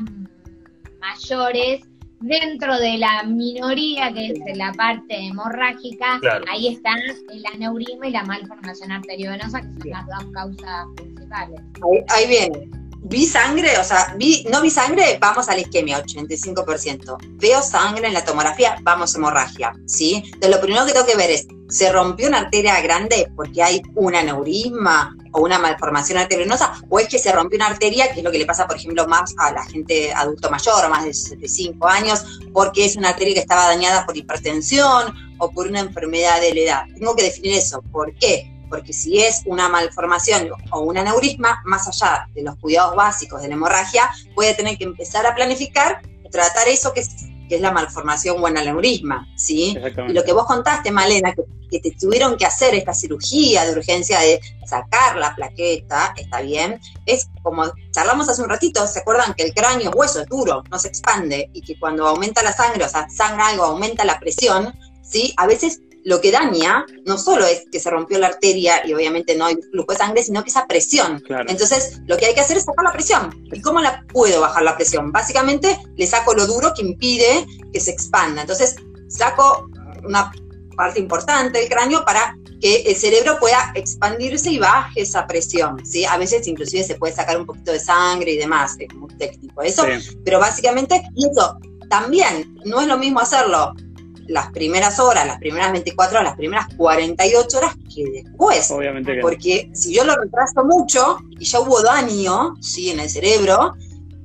mayores dentro de la minoría que es la parte hemorrágica. Claro. Ahí está el aneurisma y la malformación arteriovenosa, que son las dos causas principales. Ahí, ahí viene. Vi sangre, o sea, vi, no vi sangre, vamos a la isquemia, ochenta y cinco por ciento. Veo sangre en la tomografía, vamos a hemorragia, ¿sí? Entonces lo primero que tengo que ver es, ¿se rompió una arteria grande porque hay un aneurisma o una malformación arteriovenosa? ¿O es que se rompió una arteria, que es lo que le pasa, por ejemplo, más a la gente adulto mayor, más de sesenta y cinco años, porque es una arteria que estaba dañada por hipertensión o por una enfermedad de la edad? Tengo que definir eso. ¿Por qué? Porque si es una malformación o un aneurisma, más allá de los cuidados básicos de la hemorragia, puede tener que empezar a planificar, tratar eso que es, que es la malformación o el aneurisma, ¿sí? Y lo que vos contaste, Malena, que, que te tuvieron que hacer esta cirugía de urgencia de sacar la plaqueta, está bien, es como charlamos hace un ratito, ¿se acuerdan que el cráneo es hueso, es duro, no se expande, y que cuando aumenta la sangre, o sea, sangra algo, aumenta la presión, ¿sí? A veces lo que daña no solo es que se rompió la arteria y obviamente no hay flujo de sangre, sino que esa presión. Claro. Entonces, lo que hay que hacer es sacar la presión. ¿Y cómo la puedo bajar la presión? Básicamente, le saco lo duro que impide que se expanda. Entonces, saco una parte importante del cráneo para que el cerebro pueda expandirse y baje esa presión, ¿sí? A veces inclusive se puede sacar un poquito de sangre y demás, es muy técnico eso, sí. Pero básicamente, y eso también no es lo mismo hacerlo las primeras horas, las primeras veinticuatro horas, las primeras cuarenta y ocho horas que después. Obviamente que porque no. Si yo lo retraso mucho y ya hubo daño, sí, en el cerebro,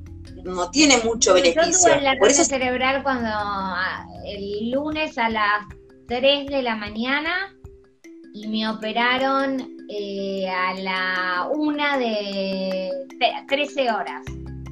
no tiene mucho beneficio. Yo tuve la hernia cerebral cuando el lunes a las tres de la mañana y me operaron eh, a la una de trece horas.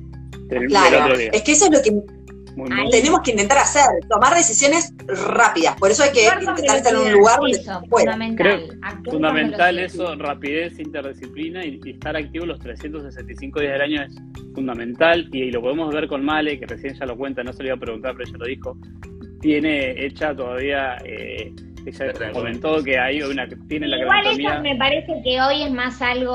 Claro, es que eso es lo que Muy, muy tenemos que intentar hacer, tomar decisiones rápidas, por eso hay que intentar estar en un lugar donde eso, se pueda. Fundamental, fundamental eso, rapidez, interdisciplina y, y estar activo los trescientos sesenta y cinco días del año es fundamental, y, y lo podemos ver con Male, que recién ya lo cuenta, no se lo iba a preguntar, pero ella lo dijo, tiene hecha todavía, eh, ella comentó que hay una que tiene la igual craniotomía. Eso me parece que hoy es más algo,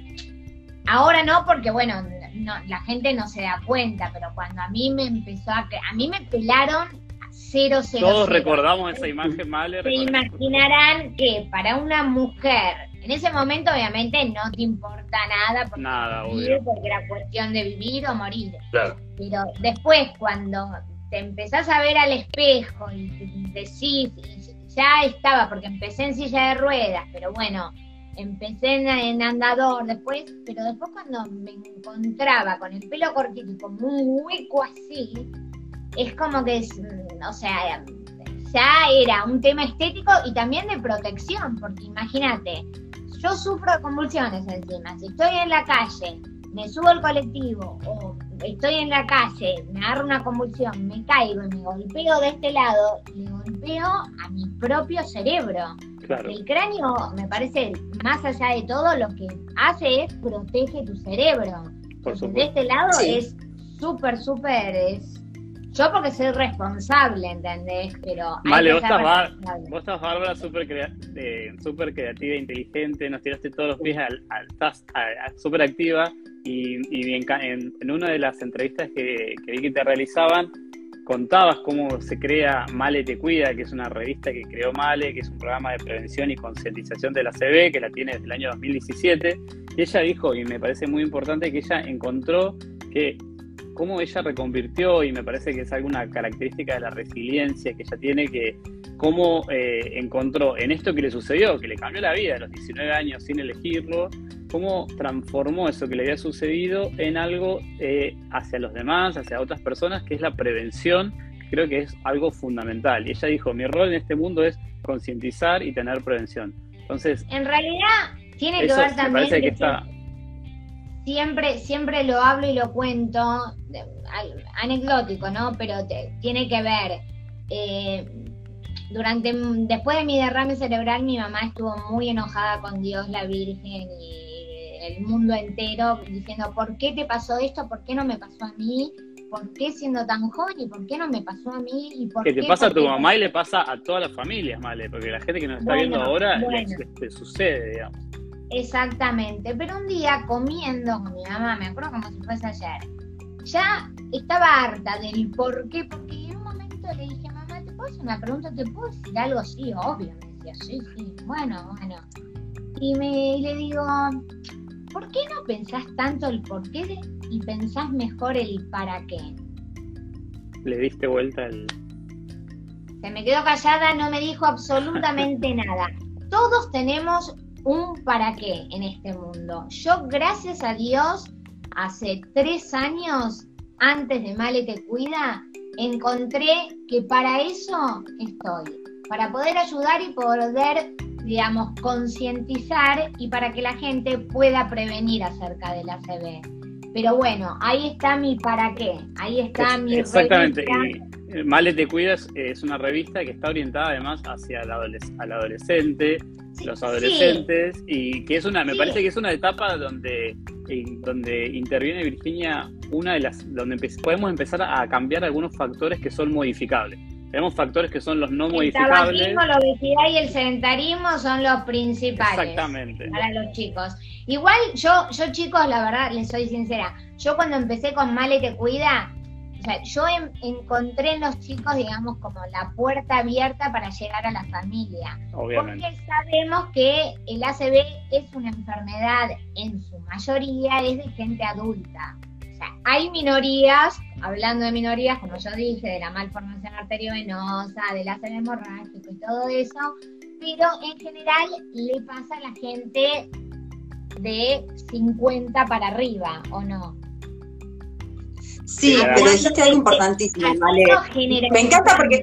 ahora no, porque bueno, no, la gente no se da cuenta, pero cuando a mí me empezó a... A mí me pelaron a cero, cero, Todos cero. recordamos esa imagen, Male. Se imaginarán que para una mujer, en ese momento obviamente no te importa nada, porque, nada, vivir, porque era cuestión de vivir o morir. Claro. Pero después, cuando te empezás a ver al espejo y decís, ya estaba, porque empecé en silla de ruedas, pero bueno... Empecé en, en andador después, pero después cuando me encontraba con el pelo cortito y como un hueco así, es como que, es, o sea, ya era un tema estético y también de protección, porque imagínate, yo sufro de convulsiones encima, si estoy en la calle, me subo al colectivo o estoy en la calle, me agarro una convulsión, me caigo y me golpeo de este lado, le golpeo a mi propio cerebro. Claro. El cráneo, me parece, más allá de todo, lo que hace es protege tu cerebro. Por supuesto. De este lado sí. Es súper, súper, es... Yo porque soy responsable, ¿entendés? Pero vale, vos estás, bar... vos estás bárbara, súper crea... eh, super creativa, inteligente, nos tiraste todos los pies al, al estás súper activa y, y en, en, en una de las entrevistas que, que vi que te realizaban, contabas cómo se crea Male Te Cuida, que es una revista que creó Male, que es un programa de prevención y concientización de la A C V, que la tiene desde el año dos mil diecisiete, y ella dijo, y me parece muy importante, que ella encontró que cómo ella reconvirtió, y me parece que es alguna característica de la resiliencia que ella tiene, que cómo eh, encontró en esto que le sucedió, que le cambió la vida a los diecinueve años sin elegirlo, cómo transformó eso que le había sucedido en algo eh, hacia los demás, hacia otras personas, que es la prevención, que creo que es algo fundamental. Y ella dijo, mi rol en este mundo es concientizar y tener prevención. Entonces, en realidad tiene que eso ver me también parece que que está... siempre, siempre lo hablo y lo cuento, anecdótico, ¿no? Pero te, tiene que ver, eh, durante, después de mi derrame cerebral, mi mamá estuvo muy enojada con Dios, la Virgen y el mundo entero, diciendo, ¿por qué te pasó esto? ¿Por qué no me pasó a mí? ¿Por qué siendo tan joven? ¿Y por qué no me pasó a mí? ¿Y por que te qué? pasa a tu Porque- mamá y le pasa a todas las familias, Male, porque la gente que nos está Bueno, viendo ahora bueno. le, le sucede, digamos. Exactamente, pero un día comiendo con mi mamá, me acuerdo como si fuese ayer, ya estaba harta del por qué, porque en un momento le dije, mamá, ¿te puedo hacer una pregunta? ¿Te puedo decir algo? Sí, obvio, me decía, sí, sí, bueno, bueno. Y, me, y le digo, ¿por qué no pensás tanto el por qué de- y pensás mejor el para qué? Le diste vuelta el... Se me quedó callada, no me dijo absolutamente nada. Todos tenemos un para qué en este mundo. Yo, gracias a Dios, hace tres años, antes de Male Te Cuida, encontré que para eso estoy. Para poder ayudar y poder, digamos, concientizar y para que la gente pueda prevenir acerca del A C V. Pero bueno, ahí está mi para qué. Ahí está Es- mi exactamente. revista. Y, eh, Male Te Cuidas es una revista que está orientada además hacia el adoles- al adolescente, Sí, los adolescentes, y que es una, me Sí. parece que es una etapa donde, en- donde interviene Virginia, una de las, donde empe- podemos empezar a cambiar algunos factores que son modificables. Tenemos factores que son los no El modificables. tabaquismo, la obesidad y el sedentarismo son los principales Exactamente. para los chicos. Igual yo, yo chicos, la verdad, les soy sincera, yo cuando empecé con Male Te Cuida, o sea, yo en- encontré en los chicos, digamos, como la puerta abierta para llegar a la familia. Obviamente. Porque sabemos que el A C V es una enfermedad, en su mayoría, es de gente adulta. O sea, hay minorías, hablando de minorías, como yo dije, de la malformación arteriovenosa, del A C V hemorrágico y todo eso, pero en general le pasa a la gente de cincuenta para arriba, ¿o no? Sí, Claro. pero dijiste algo importantísimo, Male. Me encanta porque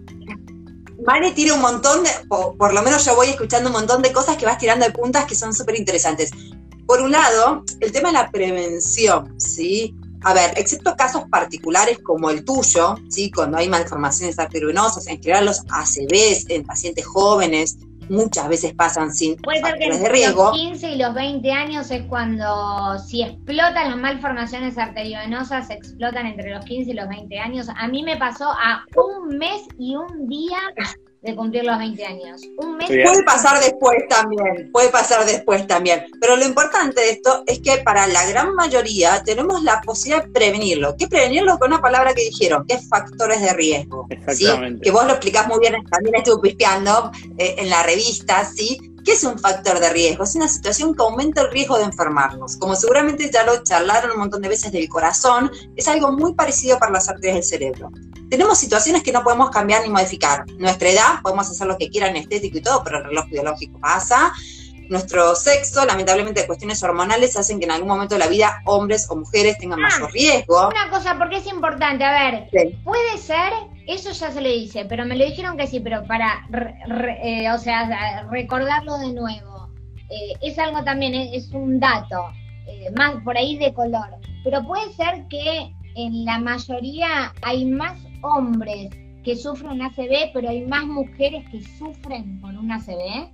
Male tira un montón de, por, por lo menos yo voy escuchando un montón de cosas que vas tirando de puntas que son súper interesantes. Por un lado, el tema de la prevención, ¿sí? A ver, excepto casos particulares como el tuyo, ¿sí? Cuando hay malformaciones arteriovenosas, en general los A C Vs en pacientes jóvenes muchas veces pasan sin Puede ser que factores de entre riesgo. los quince y los veinte años es cuando, si explotan las malformaciones arteriovenosas, explotan entre los quince y los veinte años. A mí me pasó a un mes y un día de cumplir los veinte años. Un mes. Bien. Puede pasar después también, puede pasar después también. Pero lo importante de esto es que para la gran mayoría tenemos la posibilidad de prevenirlo. ¿Qué prevenirlo? Con una palabra que dijeron, que es factores de riesgo. ¿Sí? Exactamente. Que vos lo explicás muy bien, también estuve pispeando eh, en la revista, ¿sí? ¿Qué es un factor de riesgo? Es una situación que aumenta el riesgo de enfermarnos. Como seguramente ya lo charlaron un montón de veces del corazón, es algo muy parecido para las arterias del cerebro. Tenemos situaciones que no podemos cambiar ni modificar. Nuestra edad, podemos hacer lo que quieran, estético y todo, pero el reloj biológico pasa. Nuestro sexo, lamentablemente, cuestiones hormonales hacen que en algún momento de la vida hombres o mujeres tengan Ah, mayor riesgo. Una cosa, porque es importante, a ver, Sí. puede ser, eso ya se lo dice, pero me lo dijeron que sí, pero para, re- re- eh, o sea, recordarlo de nuevo, eh, es algo también, es, es un dato, eh, más por ahí de color, pero puede ser que en la mayoría hay más hombres que sufren A C V, pero hay más mujeres que sufren por un A C V.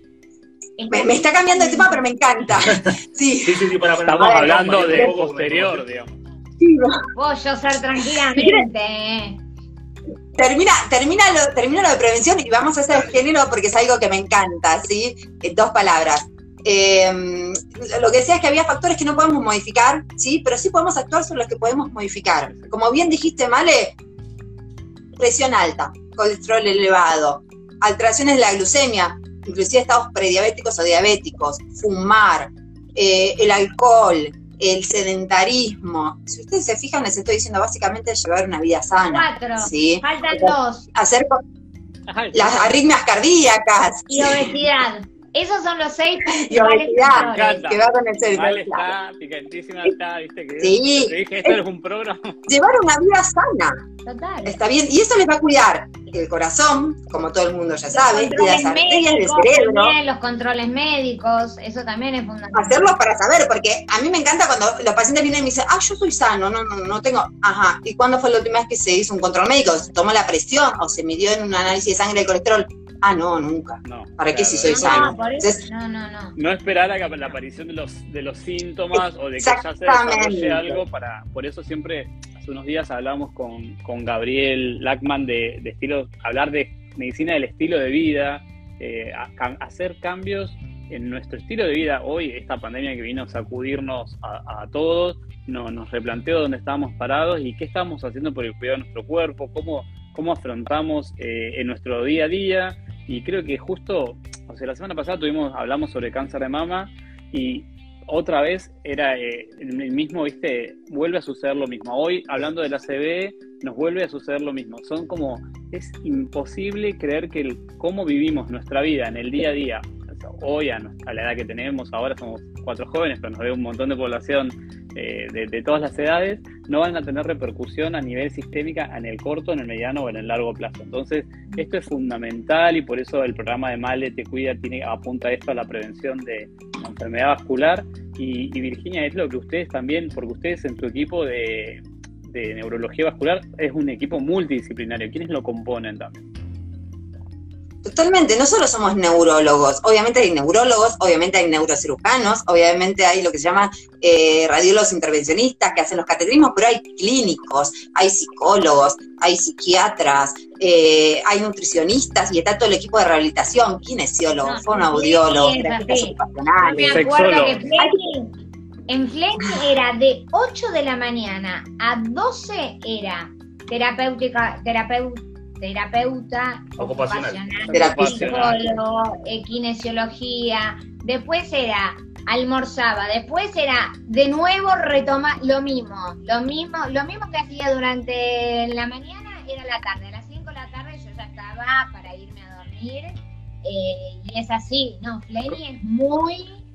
Me, me está cambiando de tema, pero me encanta. Sí. Sí, sí, sí, para, para, Estamos para, hablando para, de para, para, posterior, para, digamos. Puedo yo ser tranquilamente. eh. Termina, termina, lo, termina lo de prevención y vamos a hacer género porque es algo que me encanta, ¿sí? En dos palabras. Eh, lo que decía es que había factores que no podemos modificar, ¿sí? Pero sí podemos actuar sobre los que podemos modificar. Como bien dijiste, Male, presión alta, colesterol elevado, alteraciones de la glucemia, inclusive estados prediabéticos o diabéticos, fumar, eh, el alcohol, el sedentarismo. Si ustedes se fijan, les estoy diciendo básicamente llevar una vida sana. Cuatro, ¿sí? faltan dos. Hacer las arritmias cardíacas. Y obesidad. Esos son los seis y obesidad, que va con el cerebro. Vale, está picantísima acá, viste que sí. te dije, esto es un programa. Llevar una vida sana. Total. Está bien, y eso les va a cuidar el corazón, como todo el mundo ya sabe, y las arterias del cerebro. También, los controles médicos, eso también es fundamental. Hacerlos para saber, porque a mí me encanta cuando los pacientes vienen y me dicen, ah, yo soy sano, no, no, no tengo, ajá, ¿y cuándo fue la última vez que se hizo un control médico? ¿Se tomó la presión o se midió en un análisis de sangre el colesterol? Ah, no, nunca. No, ¿para claro, qué si soy no, sano? No, Entonces, no, no, no. No esperar a la aparición de los, de los síntomas o de que ya se desarrolle algo para, por eso siempre, hace unos días hablamos con, con Gabriel Lackman de, de estilo, hablar de medicina del estilo de vida, eh, a, a hacer cambios en nuestro estilo de vida. Hoy, esta pandemia que vino a sacudirnos a, a todos, no, nos replanteó dónde estábamos parados y qué estamos haciendo por el cuidado de nuestro cuerpo, cómo, cómo afrontamos eh, en nuestro día a día. Y creo que justo, o sea, la semana pasada tuvimos, hablamos sobre cáncer de mama y otra vez era eh, el mismo, viste, vuelve a suceder lo mismo. Hoy, hablando de la C V, nos vuelve a suceder lo mismo. Son como, es imposible creer que el, cómo vivimos nuestra vida en el día a día, o sea, hoy a, a la edad que tenemos, ahora somos cuatro jóvenes, pero nos ve un montón de población eh, de, de todas las edades, no van a tener repercusión a nivel sistémica en el corto, en el mediano o en el largo plazo. Entonces, esto es fundamental y por eso el programa de Male Te Cuida tiene, apunta a esto, a la prevención de la enfermedad vascular. Y, y Virginia, es lo que ustedes también, porque ustedes en tu equipo de, de neurología vascular es un equipo multidisciplinario. ¿Quiénes lo componen también? Totalmente, no solo somos neurólogos, obviamente hay neurólogos, obviamente hay neurocirujanos, obviamente hay lo que se llama eh, radiólogos intervencionistas que hacen los catetrismos, pero hay clínicos, hay psicólogos, hay psiquiatras, eh, hay nutricionistas y está todo el equipo de rehabilitación, kinesiólogos, no, fonoaudiólogos, terapeutas ocupacionales. Me acuerdo que Fleming, en Fleming era de ocho de la mañana a doce era terapéutica, terapeuta, terapeuta ocupacional, psicólogo, eh, kinesiología, después era almorzaba, después era de nuevo retoma lo mismo, lo mismo, lo mismo que hacía durante la mañana era la tarde, a las cinco de la tarde yo ya estaba para irme a dormir, eh, y es así, no, Fleming es muy,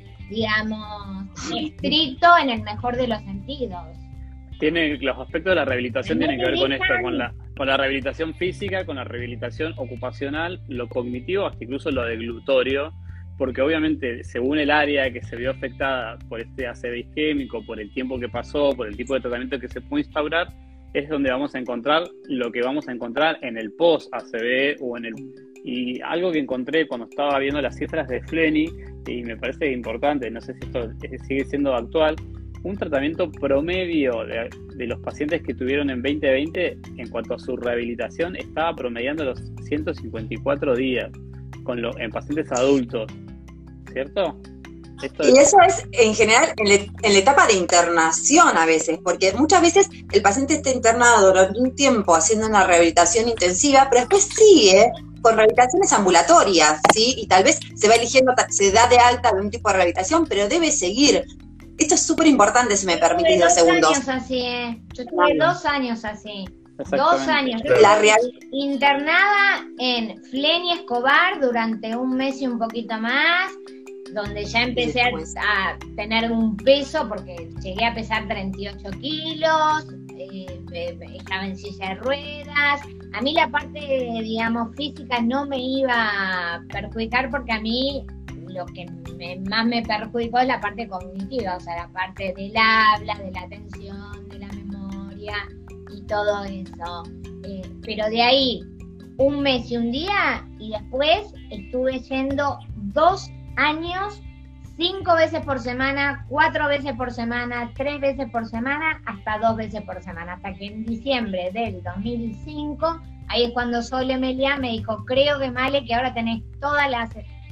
digamos, estricto en el mejor de los sentidos. Tiene, los aspectos de la rehabilitación tienen que ver con esto, con la, con la rehabilitación física, con la rehabilitación ocupacional, lo cognitivo, hasta incluso lo deglutorio, porque obviamente según el área que se vio afectada por este A C V isquémico, por el tiempo que pasó, por el tipo de tratamiento que se puede instaurar, es donde vamos a encontrar lo que vamos a encontrar en el post-A C V o en el... Y algo que encontré cuando estaba viendo las cifras de Flenny, y me parece importante, no sé si esto sigue siendo actual, un tratamiento promedio de, de los pacientes que tuvieron en veinte veinte en cuanto a su rehabilitación estaba promediando los ciento cincuenta y cuatro días con lo, en pacientes adultos, ¿cierto? Esto y es... eso es en general en, le, en la etapa de internación a veces, porque muchas veces el paciente está internado durante un tiempo haciendo una rehabilitación intensiva, pero después sigue con rehabilitaciones ambulatorias, ¿sí? Y tal vez se va eligiendo, se da de alta de un tipo de rehabilitación, pero debe seguir. Esto es súper importante, si me permitís dos segundos. Yo estuve dos años así, ¿eh? Yo estuve ah, dos años así. Dos años. La real... internada en Flenny Escobar durante un mes y un poquito más, donde ya empecé a, a tener un peso, porque llegué a pesar treinta y ocho kilos, eh, estaba en silla de ruedas. A mí la parte, digamos, física no me iba a perjudicar, porque a mí lo que me, más me perjudicó es la parte cognitiva, o sea, la parte del habla, de la atención, de la memoria y todo eso. Eh, pero de ahí, un mes y un día, y después estuve yendo dos años, cinco veces por semana, cuatro veces por semana, tres veces por semana, hasta dos veces por semana, hasta que en diciembre del dos mil cinco, ahí es cuando Sole Meliá me dijo, creo que Male, que ahora tenés todas las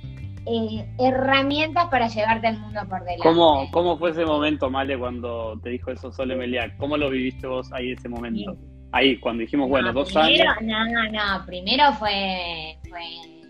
Eh, herramientas para llevarte al mundo por delante. ¿Cómo, cómo fue ese momento, Male, cuando te dijo eso Sole Meliá? ¿Cómo lo viviste vos ahí ese momento? Bien. Ahí, cuando dijimos, bueno, no, dos primero, años. No, no, primero fue, fue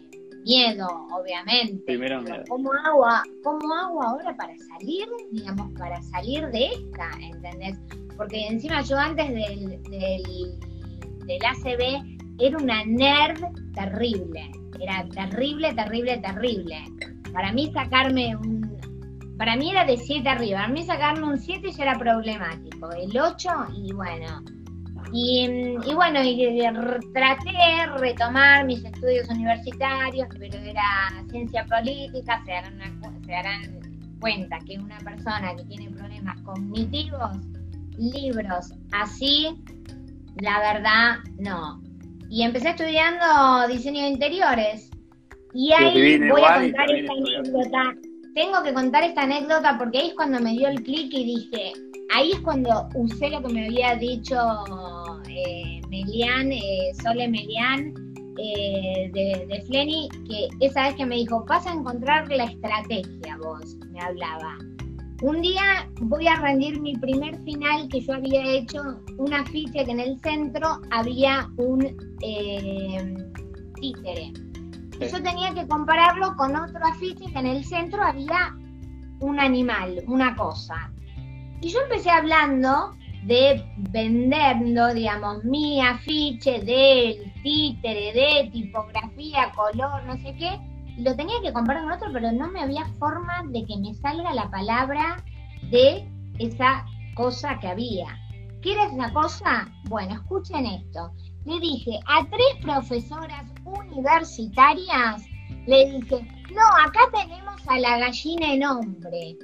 miedo, obviamente. Primero miedo. ¿Cómo hago, ¿Cómo hago ahora para salir, digamos, para salir de esta, ¿entendés? Porque encima yo antes del, del, del A C B era una nerd terrible. Era terrible, terrible, terrible. Para mí sacarme un... Para mí era de siete arriba. Para mí sacarme un siete ya era problemático. El ocho, y bueno... Y, y bueno, y, y, traté de retomar mis estudios universitarios, pero era ciencia política. Se darán, una, se darán cuenta que una persona que tiene problemas cognitivos, libros así, la verdad, no. Y empecé estudiando diseño de interiores. Y ahí voy a contar esta anécdota. Tengo que contar esta anécdota porque ahí es cuando me dio el clic y dije, ahí es cuando usé lo que me había dicho eh, Melian, eh, Sole Melian, eh, de, de Fleni, que esa vez que me dijo, vas a encontrar la estrategia vos, me hablaba. Un día voy a rendir mi primer final que yo había hecho, un afiche que en el centro había un eh, títere. Y yo tenía que compararlo con otro afiche que en el centro había un animal, una cosa. Y yo empecé hablando de vendiendo, digamos, mi afiche del títere, de tipografía, color, no sé qué, y lo tenía que comparar con otro, pero no me había forma de que me salga la palabra de esa cosa que había. ¿Qué era esa cosa? Bueno, escuchen esto. Le dije a tres profesoras universitarias, le dije, no, acá tenemos a la gallina en hombre.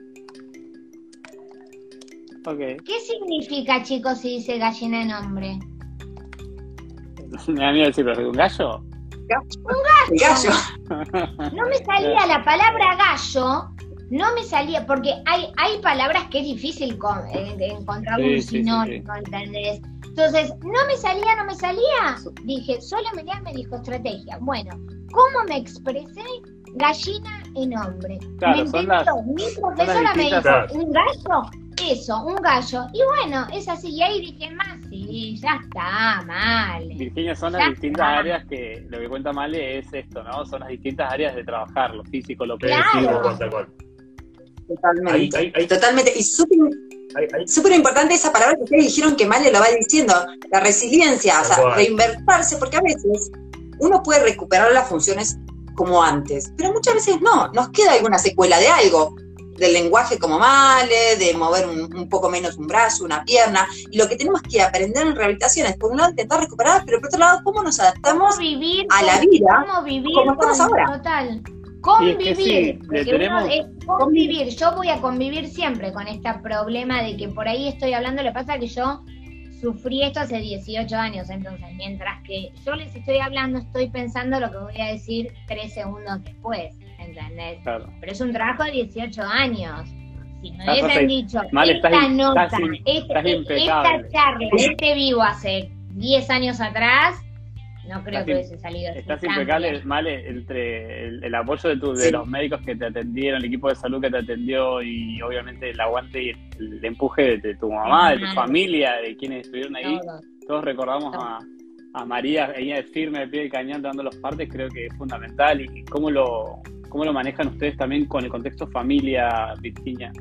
Okay. ¿Qué significa, chicos, si dice gallina en hombre? Me da miedo decir, ¿pero un gallo? Un gallo. gallo. No me salía la palabra gallo, no me salía, porque hay, hay palabras que es difícil con, eh, de encontrar sí, un sinónimo, sí, sí, sí. ¿Entendés? Entonces, no me salía, no me salía. Dije, solo Melian me dijo estrategia. Bueno, ¿cómo me expresé? Gallina en hombre. Claro, me intentó, las, mi profesora me dijo, ¿un gallo? Eso, un gallo. Y bueno, es así. Y ahí dije, más, sí, ya está, mal. Virginia, son las distintas está. áreas que, lo que cuenta Male es esto, ¿no? Son las distintas áreas de trabajar, lo físico, lo claro. Totalmente. Ahí, ahí, ahí. Totalmente. Y súper súper importante esa palabra que ustedes dijeron que Male lo va diciendo, la resiliencia, o sea, bueno. reinvertirse, porque a veces uno puede recuperar las funciones como antes, pero muchas veces no, nos queda alguna secuela de algo, del lenguaje como Male, de mover un, un poco menos un brazo, una pierna, y lo que tenemos que aprender en rehabilitación es, por un lado, intentar recuperar, pero por otro lado, cómo nos adaptamos ¿Cómo vivir a la vida, cómo vivir como estamos con, ahora. Total. Convivir, sí, tenemos... uno es convivir, yo voy a convivir siempre con este problema de que por ahí estoy hablando, lo que pasa es que yo sufrí esto hace dieciocho años, entonces mientras que yo les estoy hablando, estoy pensando lo que voy a decir tres segundos después, ¿entendés? Claro. Pero es un trabajo de dieciocho años. Si me estás hubiesen dicho, mal, esta estás, nota, estás, este, estás esta charla, este vivo hace diez años atrás, no creo estás que hubiese salido. Estás impecable, Male, entre el, el apoyo de, tu, de sí. los médicos que te atendieron, el equipo de salud que te atendió y obviamente el aguante y el, el empuje de, de tu mamá, de tu familia, de quienes estuvieron ahí. Todos, Todos recordamos Todos. a, a María, ella firme al pie del cañón dando los partes, creo que es fundamental. ¿Y cómo lo, cómo lo manejan ustedes también con el contexto familia, Virginia?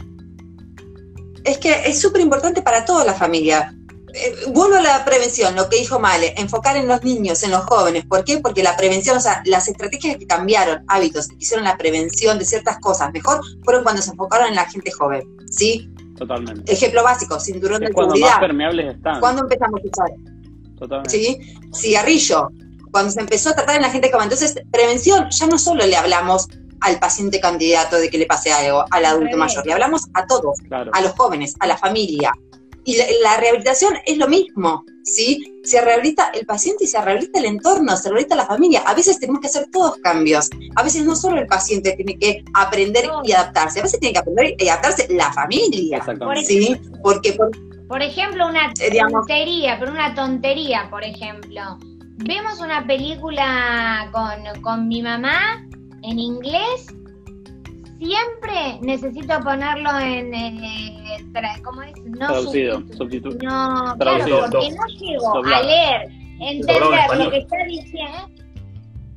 Es que es súper importante para toda la familia. Eh, vuelvo a la prevención, lo que dijo Male, enfocar en los niños, en los jóvenes. ¿Por qué? Porque la prevención, o sea, las estrategias que cambiaron, hábitos, que hicieron la prevención de ciertas cosas mejor, fueron cuando se enfocaron en la gente joven, ¿sí? Totalmente. Ejemplo básico, cinturón es de cuando seguridad. Más permeables están. ¿Cuándo empezamos a usar? Totalmente. ¿Sí? Cigarrillo, cuando se empezó a tratar en la gente joven. Entonces, prevención, ya no solo le hablamos al paciente candidato de que le pase algo, al adulto mayor, le hablamos a todos, claro. a los jóvenes, a la familia. Y la, la rehabilitación es lo mismo, ¿sí? Se rehabilita el paciente y se rehabilita el entorno, se rehabilita la familia. A veces tenemos que hacer todos cambios. A veces no solo el paciente tiene que aprender y adaptarse, a veces tiene que aprender y adaptarse la familia, ¿sí? Porque, por, por ejemplo, una tontería, pero una tontería, por ejemplo. Vemos una película con, con mi mamá en inglés. Siempre necesito ponerlo en, eh, tra- ¿cómo es? No traducido, subtítulo. No, traducido, claro, porque no llego a leer, entender lo que está diciendo.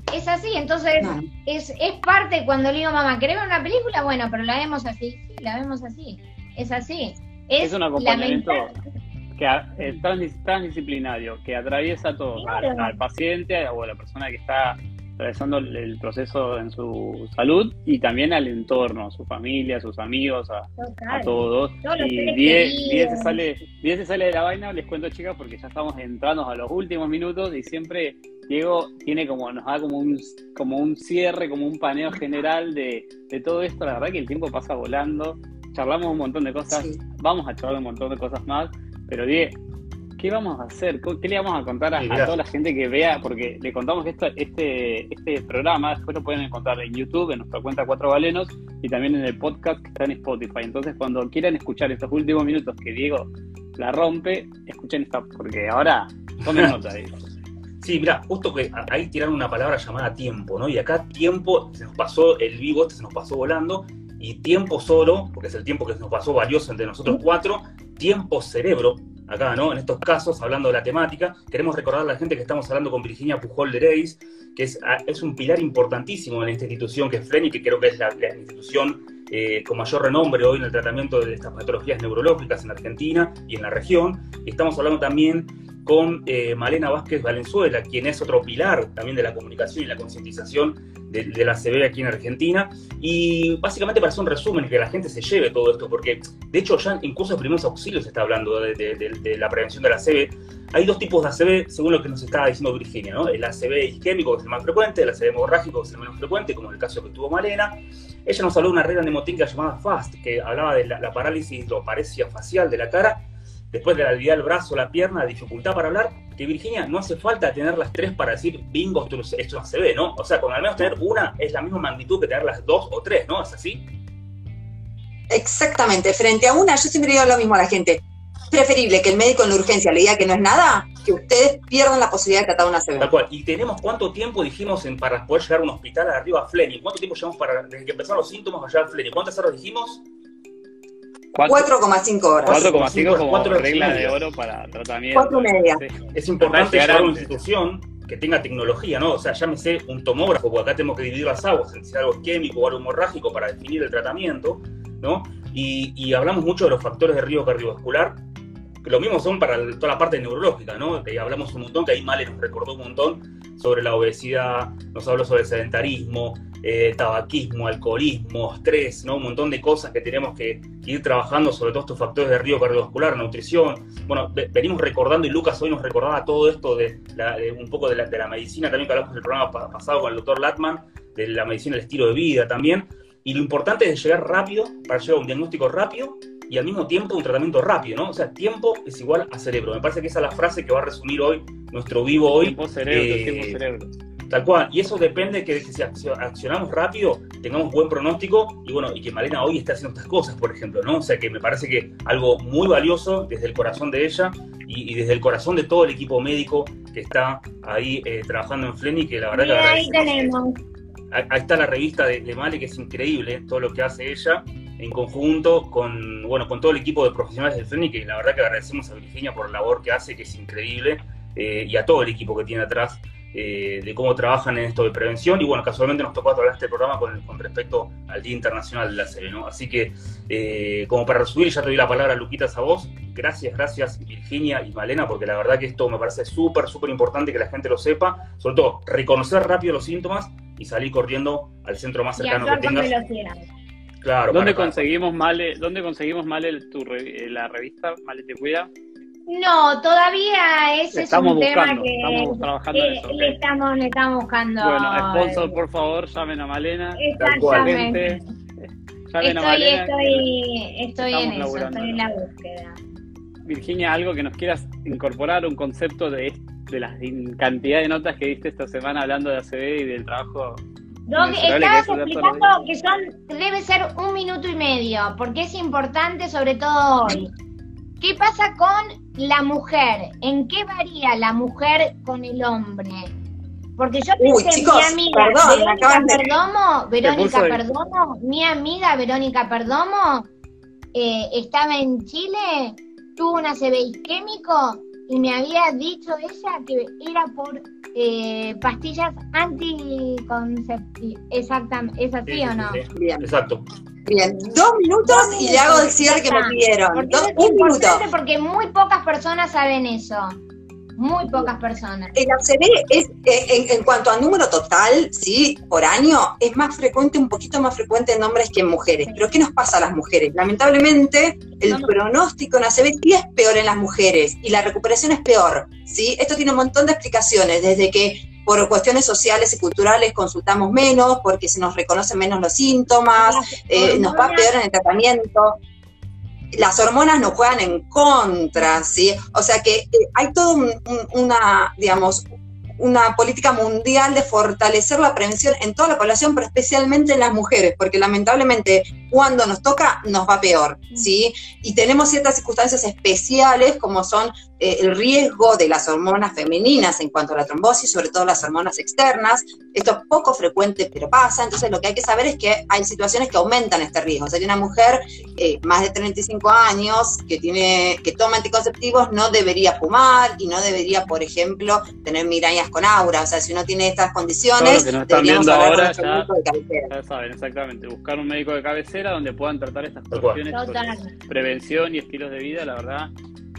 Es así, entonces No. es, es parte cuando le digo, mamá, ¿querés ver una película? Bueno, pero la vemos así, sí, la vemos así, es así. Es, Es un acompañamiento lamentar- que a- es trans- transdisciplinario, que atraviesa a todos, al, Claro. al paciente o a la persona que está atravesando el, el proceso en su salud y también al entorno, a su familia, a sus amigos, a, Total. a todos. Todos los Y seres diez queridos. se sale, diez se sale de la vaina, les cuento, chicas, porque ya estamos entrando a los últimos minutos y siempre Diego tiene como, nos da como un, como un cierre, como un paneo general de, de todo esto. La verdad que el tiempo pasa volando, charlamos un montón de cosas, Sí. vamos a charlar un montón de cosas más, pero Diego, ¿qué vamos a hacer? ¿Qué le vamos a contar a, Sí, a gracias. toda la gente que vea? Porque le contamos que esto, este, este programa después lo pueden encontrar en YouTube, en nuestra cuenta Cuatro Galenos, y también en el podcast que está en Spotify. Entonces, cuando quieran escuchar estos últimos minutos que Diego la rompe, escuchen esta, porque ahora tomen nota ahí. Sí, mira, justo que a- ahí tiraron una palabra llamada tiempo, ¿no? Y acá tiempo, se nos pasó el vivo, este se nos pasó volando, y tiempo solo, porque es el tiempo que se nos pasó valioso entre nosotros cuatro, tiempo cerebro, acá, ¿no? En estos casos, hablando de la temática, queremos recordar a la gente que estamos hablando con Virginia Pujol de Reis, que es, es un pilar importantísimo en esta institución que es Fleni, que creo que es la, la institución eh, con mayor renombre hoy en el tratamiento de estas patologías neurológicas en Argentina y en la región. Y estamos hablando también con eh, Malena Vázquez Valenzuela, quien es otro pilar también de la comunicación y la concientización de, de la A C V aquí en Argentina. Y básicamente para hacer un resumen y que la gente se lleve todo esto, porque de hecho ya en cursos de primeros auxilios se está hablando de, de, de, de la prevención de la A C V. Hay dos tipos de A C V, según lo que nos estaba diciendo Virginia, ¿no? El A C V isquémico, que es el más frecuente, el A C V hemorrágico, que es el menos frecuente, como en el caso que tuvo Malena. Ella nos habló de una regla mnemotécnica llamada FAST, que hablaba de la, la parálisis hidroparesia facial de la cara, después de la habilidad del brazo, la pierna, dificultad para hablar, que Virginia, no hace falta tener las tres para decir, bingo, esto, esto es A C V, ¿no? O sea, con al menos tener una es la misma magnitud que tener las dos o tres, ¿no? ¿Es así? Exactamente, frente a una, yo siempre digo lo mismo a la gente, preferible que el médico en la urgencia le diga que no es nada, que ustedes pierdan la posibilidad de tratar una A C V. Tal cual. ¿Y tenemos cuánto tiempo dijimos en, para poder llegar a un hospital arriba a Fleni? ¿Cuánto tiempo llevamos para, desde que empezaron los síntomas a llegar a Fleni? ¿Cuántas horas dijimos? cuatro coma cinco horas. cuatro coma cinco como Cuatro horas y regla media. de oro para tratamiento. Cuatro y media. Sí. Es importante Llegar llegar a una antes. institución que tenga tecnología, ¿no? O sea, llámese un tomógrafo, porque acá tenemos que dividir las aguas, si es algo isquémico o algo hemorrágico para definir el tratamiento, ¿no? Y, y hablamos mucho de los factores de riesgo cardiovascular, que lo mismo son para el- toda la parte neurológica, ¿no? Que hablamos un montón, que ahí Male nos recordó un montón sobre la obesidad, nos habló sobre el sedentarismo, eh, tabaquismo, alcoholismo, estrés, ¿no? Un montón de cosas que tenemos que, que ir trabajando sobre todos estos factores de riesgo cardiovascular, nutrición. Bueno, ve- venimos recordando, y Lucas hoy nos recordaba todo esto de, la- de un poco de la, de la medicina, también que hablamos en el programa pa- pasado con el doctor Latman, de la medicina del estilo de vida también. Y lo importante es llegar rápido, para llegar a un diagnóstico rápido, y al mismo tiempo un tratamiento rápido, ¿no? O sea, tiempo es igual a cerebro. Me parece que esa es la frase que va a resumir hoy nuestro vivo hoy. Tiempo cerebro, Eh, tiempo cerebro. Tal cual. Y eso depende de que, que si accio- accionamos rápido, tengamos buen pronóstico, y bueno, y que Malena hoy esté haciendo estas cosas, por ejemplo, ¿no? O sea, que me parece que algo muy valioso desde el corazón de ella y, y desde el corazón de todo el equipo médico que está ahí eh, trabajando en Fleni, que la verdad que Mira, ahí agradecemos. tenemos. Ahí está la revista de, de Male, que es increíble todo lo que hace ella en conjunto con, bueno, con todo el equipo de profesionales del Fleni, que la verdad que agradecemos a Virginia por la labor que hace, que es increíble, eh, y a todo el equipo que tiene atrás, eh, de cómo trabajan en esto de prevención. Y bueno, casualmente nos tocó hablar este programa con, con respecto al Día Internacional de la A C V, ¿no? Así que, eh, como para resumir, ya te doy la palabra, Luquitas, a vos. Gracias, gracias, Virginia y Malena, porque la verdad que esto me parece súper, súper importante que la gente lo sepa. Sobre todo, reconocer rápido los síntomas y salir corriendo al centro más Y cercano que actuar con tengas. velocidad. Claro, ¿Dónde para- conseguimos Male, dónde conseguimos Male tu re- eh, la revista Male te cuida? No, todavía ese Estamos es un tema buscando, que estamos trabajando en eh, eso, ok. le estamos, le estamos buscando. Bueno, sponsor, por favor, llamen a Malena. Exactamente. Gente, llamen a Estoy, Malena. estoy, estoy Estamos en eso, laburando, estoy en ¿no? la búsqueda. Virginia, algo que nos quieras incorporar, un concepto de, de la cantidad de notas que diste esta semana hablando de A C V y del trabajo. No, inmensurable estabas que es hacer explicando todos los que son, debe ser un minuto y medio, porque es importante sobre todo hoy. ¿Qué pasa con la mujer? ¿En qué varía la mujer con el hombre? Porque yo Uy, pensé, chicos, mi amiga perdón, me Verónica acaban de- Perdomo, Verónica puso ahí. Perdomo, mi amiga Verónica Perdomo, eh, estaba en Chile, tuvo un A C V isquémico y me había dicho ella que era por eh, pastillas anticonceptivas. Exactamente, ¿es así Sí, o no? sí, sí. Bien. Exacto. Bien, dos minutos Dos y le hago el minutos, cierre ya que me está. pidieron. Porque Dos, es un minuto. importante porque muy pocas personas saben eso. Muy pocas personas. El A C V es, eh, en, en cuanto a número total, ¿sí? Por año, es más frecuente, un poquito más frecuente en hombres que en mujeres. Sí. Pero ¿qué nos pasa a las mujeres? Lamentablemente, el No, no. pronóstico en A C V sí es peor en las mujeres y la recuperación es peor, ¿sí? Esto tiene un montón de explicaciones, desde que por cuestiones sociales y culturales consultamos menos, porque se nos reconocen menos los síntomas, eh, nos va peor en el tratamiento. Las hormonas nos juegan en contra, ¿sí? O sea que eh, hay toda un, un, una, digamos, una política mundial de fortalecer la prevención en toda la población, pero especialmente en las mujeres, porque lamentablemente cuando nos toca nos va peor, ¿sí? Y tenemos ciertas circunstancias especiales como son eh, el riesgo de las hormonas femeninas en cuanto a la trombosis, sobre todo las hormonas externas. Esto es poco frecuente, pero pasa. Entonces lo que hay que saber es que hay situaciones que aumentan este riesgo. O sea que una mujer eh, más de treinta y cinco años que tiene que toma anticonceptivos no debería fumar y no debería, por ejemplo, tener migrañas con aura. O sea, si uno tiene estas condiciones, Todos los que nos están deberíamos viendo hablar con ahora nuestro ya, médico de cabecera. ya saben exactamente, buscar un médico de cabecera donde puedan tratar estas Tal cual. cuestiones Total. sobre prevención y estilos de vida, la verdad,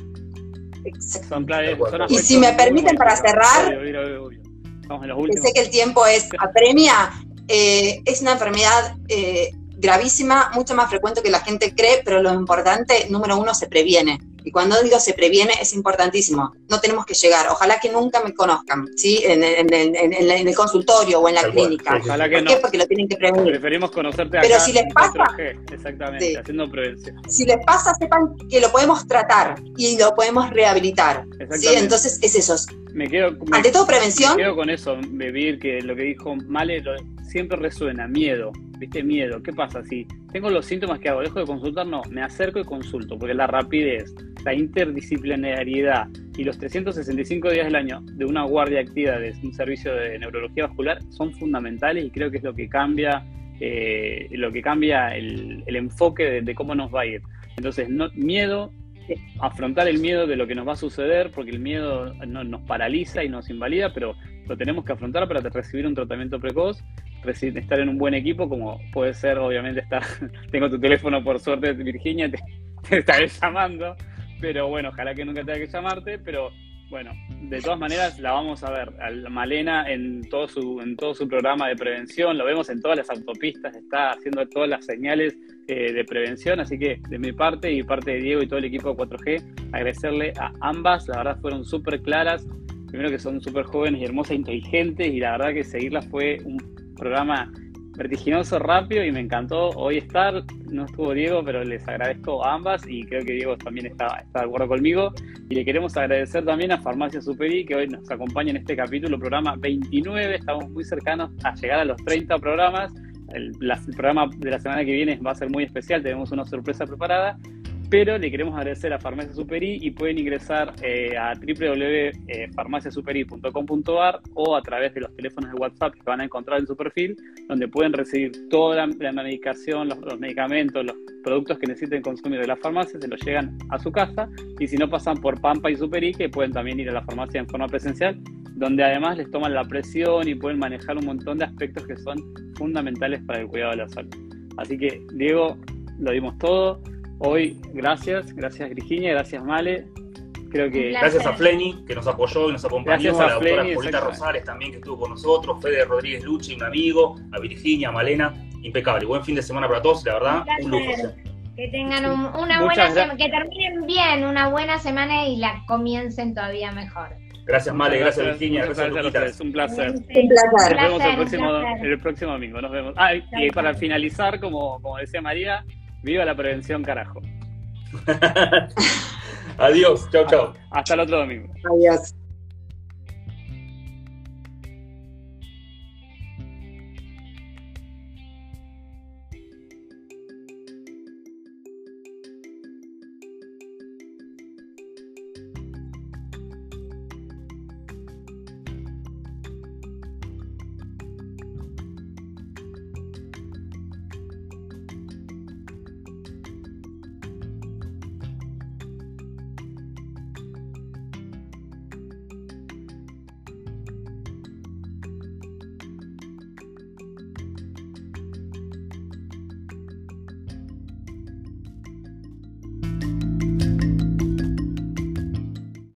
Exacto. son claves. Tal cual. Son Y aspectos si me muy, permiten, muy para importantes. cerrar, Obvio, obvio, obvio, obvio. Estamos en los que últimos. sé que el tiempo es apremia, eh, es una enfermedad eh, gravísima, mucho más frecuente que la gente cree, pero lo importante, número uno, se previene. Y cuando digo se previene, es importantísimo. No tenemos que llegar. Ojalá que nunca me conozcan, ¿sí? En, en, en, en, en el consultorio o en la Tal cual. clínica. Sí, sí, Ojalá sí. que ¿Por no. qué? Porque lo tienen que prevenir. Preferimos conocerte Pero acá si les en pasa- cuatro G, exactamente, Sí. haciendo prevención. Si les pasa, sepan que lo podemos tratar y lo podemos rehabilitar, ¿sí? Exactamente. Entonces es eso. Me quedo, me, Ante todo, prevención. me quedo con eso, Vivir, que lo que dijo Male lo- siempre resuena, miedo, ¿viste? Miedo. ¿Qué pasa? Si tengo los síntomas, ¿qué hago? ¿Dejo de consultar? No, me acerco y consulto, porque la rapidez, la interdisciplinariedad y los trescientos sesenta y cinco días del año de una guardia activa de un servicio de neurología vascular son fundamentales y creo que es lo que cambia, eh, lo que cambia el, el enfoque de, de cómo nos va a ir. Entonces, no, miedo, afrontar el miedo de lo que nos va a suceder, porque el miedo no, nos paraliza y nos invalida, pero lo tenemos que afrontar para recibir un tratamiento precoz, recibir, estar en un buen equipo, como puede ser, obviamente, estar, tengo tu teléfono por suerte, Virginia, te, te estaré llamando, pero bueno, ojalá que nunca tenga que llamarte, pero bueno, de todas maneras la vamos a ver, a Malena en todo su, en todo su programa de prevención, lo vemos en todas las autopistas, está haciendo todas las señales eh, de prevención, así que de mi parte y parte de Diego y todo el equipo de cuatro G, agradecerle a ambas, la verdad fueron súper claras, primero que son súper jóvenes y hermosas, inteligentes, y la verdad que seguirlas fue un programa vertiginoso, rápido, y me encantó hoy estar. No estuvo Diego, pero les agradezco a ambas y creo que Diego también está, está de acuerdo conmigo. Y le queremos agradecer también a Farmacia Superi, que hoy nos acompaña en este capítulo, programa veintinueve. Estamos muy cercanos a llegar a los treinta programas. El, la, el programa de la semana que viene va a ser muy especial, tenemos una sorpresa preparada. Pero le queremos agradecer a Farmacia Superi y pueden ingresar eh, a w w w punto farmacia superi punto com punto a r o a través de los teléfonos de WhatsApp que van a encontrar en su perfil, donde pueden recibir toda la, la medicación, los, los medicamentos, los productos que necesiten consumir de la farmacia, se los llegan a su casa, y si no, pasan por Pampa y Superi, que pueden también ir a la farmacia en forma presencial, donde además les toman la presión y pueden manejar un montón de aspectos que son fundamentales para el cuidado de la salud. Así que, Diego, lo dimos todo. Hoy, gracias, gracias Virginia, gracias Male. Creo que Gracias a Fleni, que nos apoyó y nos acompañó, Gracias a a la doctora Fleni, Julieta exactamente. Rosales también, que estuvo con nosotros, Fede Rodríguez Lucci, un amigo, a Virginia, a Malena, impecable. Buen fin de semana para todos, la verdad, un lujo. Que tengan un- una Muchas buena gra- semana, que terminen bien una buena semana y la comiencen todavía mejor. Gracias Male, gracias, Gracias, Virginia, muchas gracias, gracias a Luquitas. ustedes, un placer. Un placer. Nos vemos el un próximo, placer. el próximo domingo. Nos vemos. Ah, y, y para finalizar, como, como decía María, viva la prevención, carajo. Adiós, chau, chau. Hasta el otro domingo. Adiós.